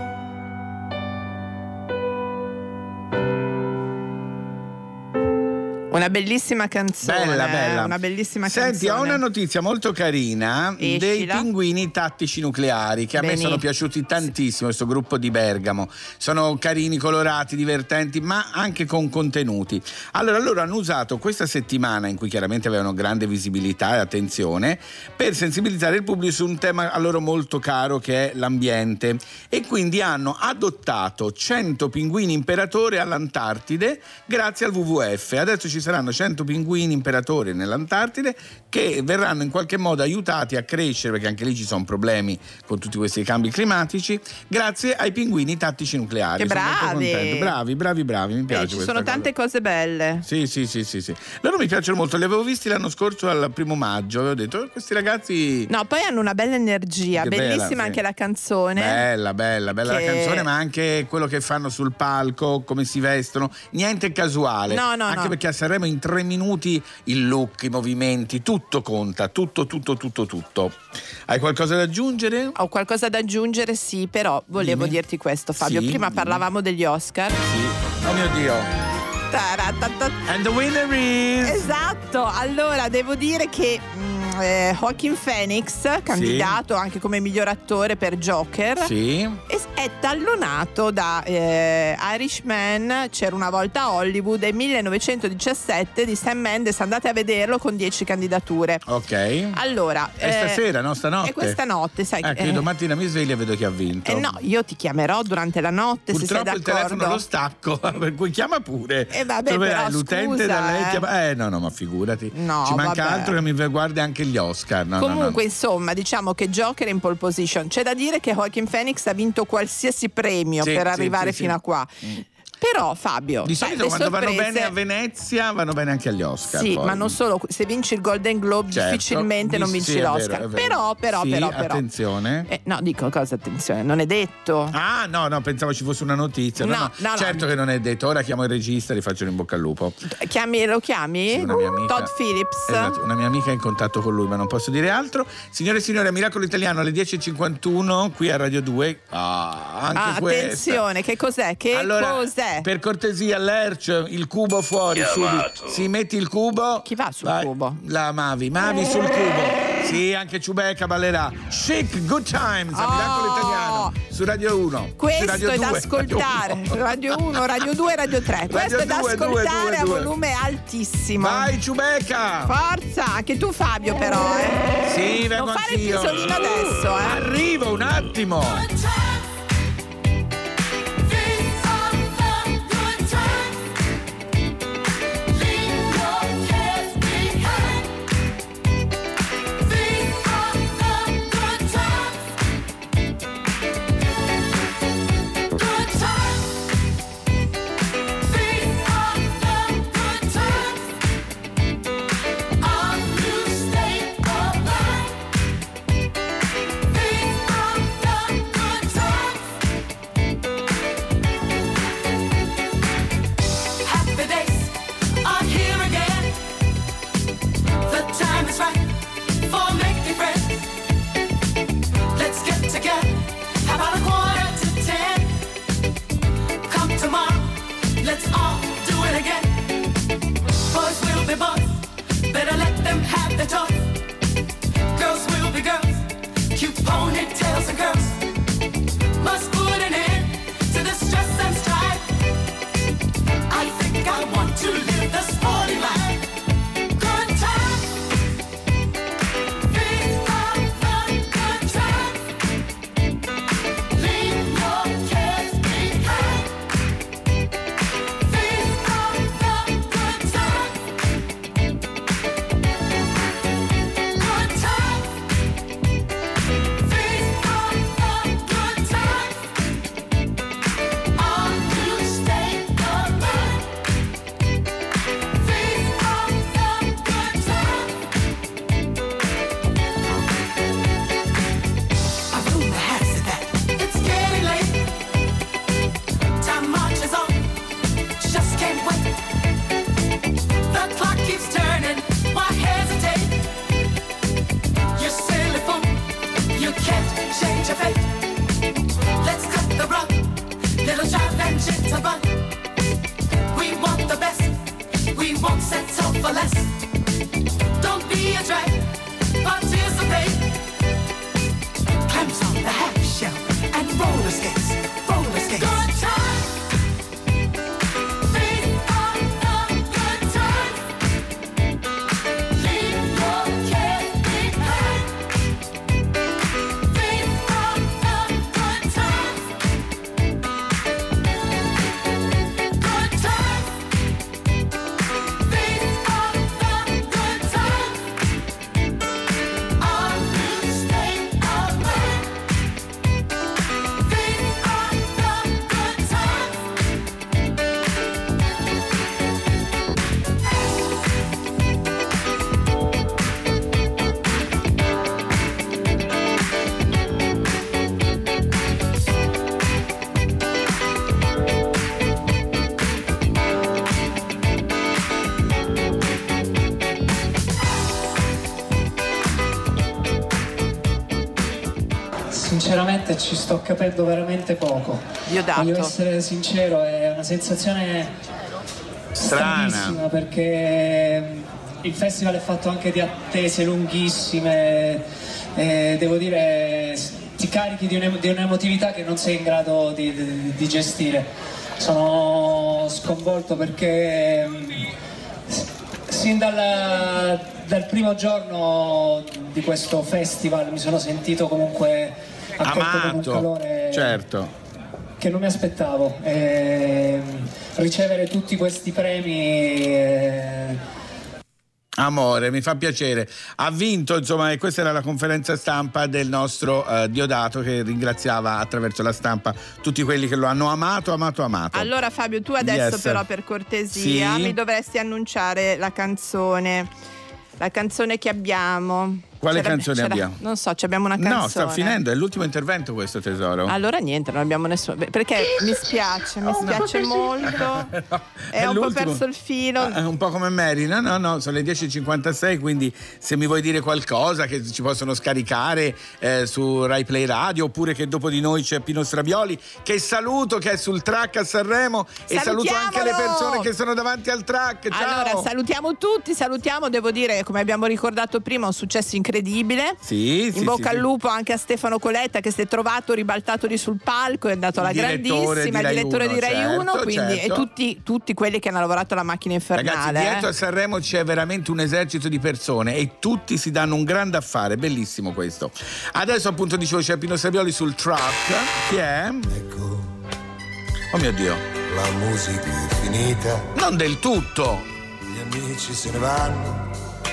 Una bellissima canzone. Bella, bella. Una bellissima Senti, canzone. ho una notizia molto carina. Escila. Dei pinguini tattici nucleari, che a Bene. me sono piaciuti tantissimo, questo gruppo di Bergamo. Sono carini, colorati, divertenti, ma anche con contenuti. Allora, loro hanno usato questa settimana, in cui chiaramente avevano grande visibilità e attenzione, per sensibilizzare il pubblico su un tema a loro molto caro, che è l'ambiente. E quindi hanno adottato cento pinguini imperatore all'Antartide grazie al W W F. Adesso ci saranno cento pinguini imperatori nell'Antartide che verranno in qualche modo aiutati a crescere, perché anche lì ci sono problemi con tutti questi cambi climatici, grazie ai pinguini tattici nucleari. Che Sono molto bravi. contento. bravi, bravi, bravi, mi piace Eh, ci questa sono cosa. tante cose belle. Sì, sì, sì, sì, sì. Loro mi piacciono molto, li avevo visti l'anno scorso al primo maggio, avevo detto "Oh, questi ragazzi". No, poi hanno una bella energia, Che bellissima bella, sì. anche la canzone. Bella, bella, bella Che- la canzone, ma anche quello che fanno sul palco, come si vestono, niente casuale. No, no, anche no. perché a Sanremo in tre minuti il look, i movimenti, tutto conta, tutto, tutto, tutto, tutto. Hai qualcosa da aggiungere? Ho qualcosa da aggiungere, sì, però volevo Dimmi. dirti questo, Fabio. Sì, Prima dimmi. parlavamo degli Oscar. Sì. Oh mio Dio. Taratata. And the winner is... Esatto, allora devo dire che mh, eh, Joaquin Phoenix, candidato anche come miglior attore per Joker, Sì. e e è tallonato da eh, Irishman, C'era una volta a Hollywood, del millenovecentodiciassette di Sam Mendes. Andate a vederlo, con dieci candidature. Ok. Allora, è eh, stasera, no? Stanotte? È questa notte, sai. Ecco, io eh, domattina mi sveglio e vedo chi ha vinto. eh, no, io ti chiamerò durante la notte. Purtroppo se sei il d'accordo. telefono lo stacco, per cui chiama pure. Eh, vabbè, Troverai però, l'utente scusa, da lei eh. chiama... Eh no, no, ma figurati. No, ci manca vabbè. altro che mi guardi anche gli Oscar. No, Comunque, no, no. insomma, diciamo che Joker è in pole position. C'è da dire che Joaquin Phoenix ha vinto qualsiasi premio Sì, per sì, arrivare sì, fino sì. a qua. Mm. Però Fabio, Di sai, solito le quando vanno sorprese- bene a Venezia vanno bene anche agli Oscar. Sì, poi. ma non solo, se vinci il Golden Globe Certo, difficilmente non sì, vinci sì, è vero, l'Oscar. è vero. Però, però, Sì, però, però. attenzione. Eh, no, dico cosa, attenzione, non è detto. Ah, no, no, pensavo ci fosse una notizia. No, No, no, no, no. certo che non è detto. Ora chiamo il regista e gli faccio in bocca al lupo. Chiami, lo chiami? Sì, una mia amica. Todd Phillips. Esatto, una mia amica è in contatto con lui, ma non posso dire altro. Signore e signori, a Miracolo Italiano alle dieci e cinquantuno qui a Radio due. Ah, anche Ah, questa. attenzione, che cos'è? Che Allora, cos'è? per cortesia, Lerch, il cubo fuori subito. Si metti il cubo. Chi va sul Vai. cubo? La Mavi, Mavi sul cubo. Sì, anche Ciubecca ballerà. Chic, Good Times a Miracolo Oh. Italiano su Radio uno. su Questo Radio è da due, ascoltare. Radio uno, Radio due, Radio tre. Questo è da due, due, ascoltare due, a due. volume altissimo. Vai Ciubecca! Forza, anche tu Fabio però, eh. Sì, vengo Non fare il anch'io. pisolino adesso, eh. Arrivo un attimo. Happy days are here again. The time is right for making friends. Let's get together about a quarter to ten. Come tomorrow, let's all do it again. Boys will be boys, better let them have their toys. Girls will be girls, cute ponytails and curls. Must put an end to the stress and strife. I think I want to live the sporty life. Good times. These are the good times. Leave your cares behind. These are the good times. Good times. These are the good times. All you stay alive. These are the good times. A rumor has it that it's getting late. Time marches on, just can't wait. The clock keeps turning, why hesitate? You silly fool, you can't change your fate. Let's cut the rug, little jive and jitterbug. We want the best, we won't settle for less. Don't be a drag, participate. Clamps on the half shell and roller skates, roller skates. Good times. These are the good times. Leave your cares behind. These are the good times. Good times. These are the good times. All you stay alive. These are the good times. Sinceramente ci sto capendo veramente poco. Diodato. Voglio essere sincero, è una sensazione Strana. stranissima perché il festival è fatto anche di attese lunghissime e devo dire ti ti carichi di, un, di un'emotività che non sei in grado di, di, di gestire. Sono sconvolto perché sin dal, dal primo giorno di questo festival mi sono sentito comunque accolto con un calore, certo, che non mi aspettavo. E ricevere tutti questi premi eh, amore, mi fa piacere. Ha vinto, insomma, e questa era la conferenza stampa del nostro uh, Diodato, che ringraziava attraverso la stampa tutti quelli che lo hanno amato, amato, amato. Allora Fabio, tu adesso Yes. però per cortesia Sì? mi dovresti annunciare la canzone, la canzone che abbiamo. Quale C'era- canzone c'era- abbiamo? Non so, ci abbiamo una canzone. No, sta finendo, è l'ultimo intervento questo, tesoro. Allora niente, non abbiamo nessuno. beh, Perché mi spiace, mi spiace molto. È un po' l'ultimo. perso il filo. Ah, un po' come Mary. No, no, no, sono le dieci e cinquantasei, quindi se mi vuoi dire qualcosa che ci possono scaricare eh, su Rai Play Radio, oppure che dopo di noi c'è Pino Stravioli, che saluto, che è sul track a Sanremo, e saluto anche le persone che sono davanti al track. Ciao. Allora, salutiamo tutti, salutiamo, devo dire, come abbiamo ricordato prima, un successo incredibile. Sì, In sì, bocca sì, al sì. lupo anche a Stefano Coletta, che si è trovato ribaltato lì sul palco, è andato alla Il direttore grandissima, di il Rai direttore uno, di Rai certo, uno, quindi certo. e tutti, tutti quelli che hanno lavorato alla macchina Ragazzi, infernale. dietro eh. a Sanremo c'è veramente un esercito di persone e tutti si danno un grande affare, bellissimo questo. Adesso appunto dicevo c'è Pino Stravioli sul track. Chi è? Oh mio Dio. La musica è finita, Non del tutto. gli amici se ne vanno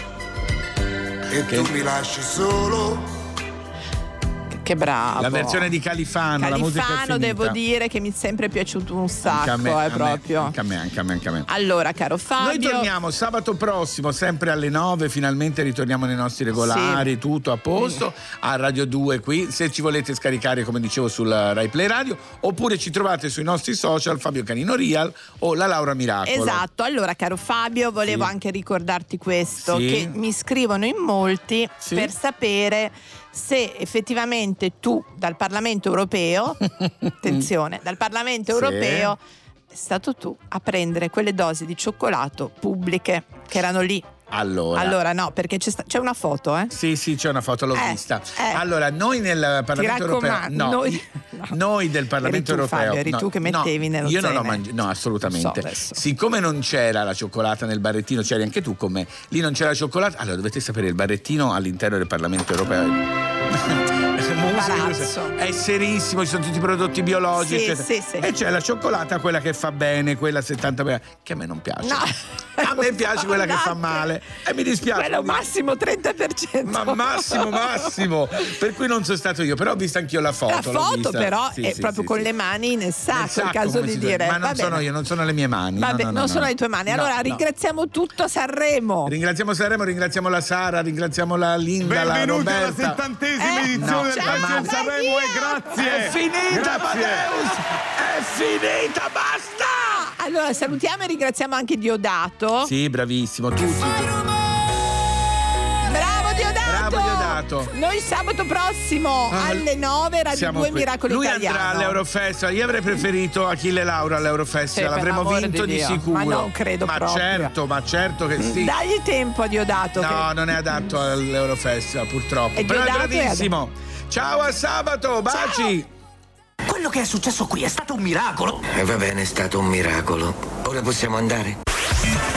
e Che- tu mi lasci solo. Che bravo. La versione di Califano, la musica è Califano, finita. devo dire che mi è sempre piaciuto un Anche sacco, a me, è a me, proprio. anche a me, anche a me, anche a me. Allora, caro Fabio, Noi torniamo sabato prossimo, sempre alle nove, finalmente ritorniamo nei nostri regolari, tutto a posto, a Radio due qui, se ci volete scaricare, come dicevo, sul Rai Play Radio, oppure ci trovate sui nostri social, Fabio Canino Real o la Laura Miracolo. Esatto, allora caro Fabio, volevo Sì. anche ricordarti questo, Sì. che mi scrivono in molti Sì. per sapere se effettivamente tu dal Parlamento europeo, attenzione, dal Parlamento Sì. europeo è stato tu a prendere quelle dosi di cioccolato pubbliche che erano lì. Allora. Allora no, perché c'è, sta- c'è una foto, eh? Sì, sì, c'è una foto, l'ho Eh, vista. eh. Allora, noi nel Parlamento europeo, raccomando, no, noi- i- noi del Parlamento Eri tu, europeo, Fabio, eri no, tu che mettevi no, nello io non ho zaino. mangiato, no, assolutamente. Lo so adesso. Siccome non c'era la cioccolata nel barrettino, c'eri anche tu con me, lì non c'era la cioccolata, allora dovete sapere, il barrettino all'interno del Parlamento europeo Imbarazzo. è serissimo, ci sono tutti i prodotti biologici, Sì, eccetera. sì, sì. E c'è la cioccolata, quella che fa bene, quella settanta per cento, che a me non piace. No. A me piace quella che fa male e mi dispiace. Quello massimo trenta per cento. Ma massimo, massimo. Per cui non sono stato io, però ho visto anch'io la foto. La l'ho foto vista. però Sì, è sì, proprio sì, con sì. le mani nel sacco, Nel sacco, il caso come di si dice. dire. Ma non Va sono bene. io, non sono le mie mani. Vabbè, no, no, non no, sono no. le tue mani. No, Allora no. ringraziamo tutto Sanremo. Ringraziamo Sanremo, ringraziamo la Sara, ringraziamo la Linda, la Benvenuti Roberta. alla settantesima Eh, edizione no, del ciao, Festival ma- Sanremo e grazie. È finita, Grazie. Amadeus! È finita, basta! Allora salutiamo e ringraziamo anche Diodato. Sì, bravissimo, tutti. Bravo Diodato! Bravo Diodato. Noi sabato prossimo Ah, alle nove Radio Siamo due qui. Miracolo Lui Italiano. andrà all'Eurofestival. Io avrei preferito Achille Lauro all'Eurofestival. Sì, per Avremmo l'amore vinto di di, Dio. sicuro. Ma non credo Ma proprio. certo, ma certo che sì. Dagli tempo a Diodato. No, che- non è adatto all'Eurofestival, purtroppo. E Però è Diodato è bravissimo. Ciao, a sabato, baci. Quello che è successo qui è stato un miracolo. E va bene, è stato un miracolo. Ora possiamo andare?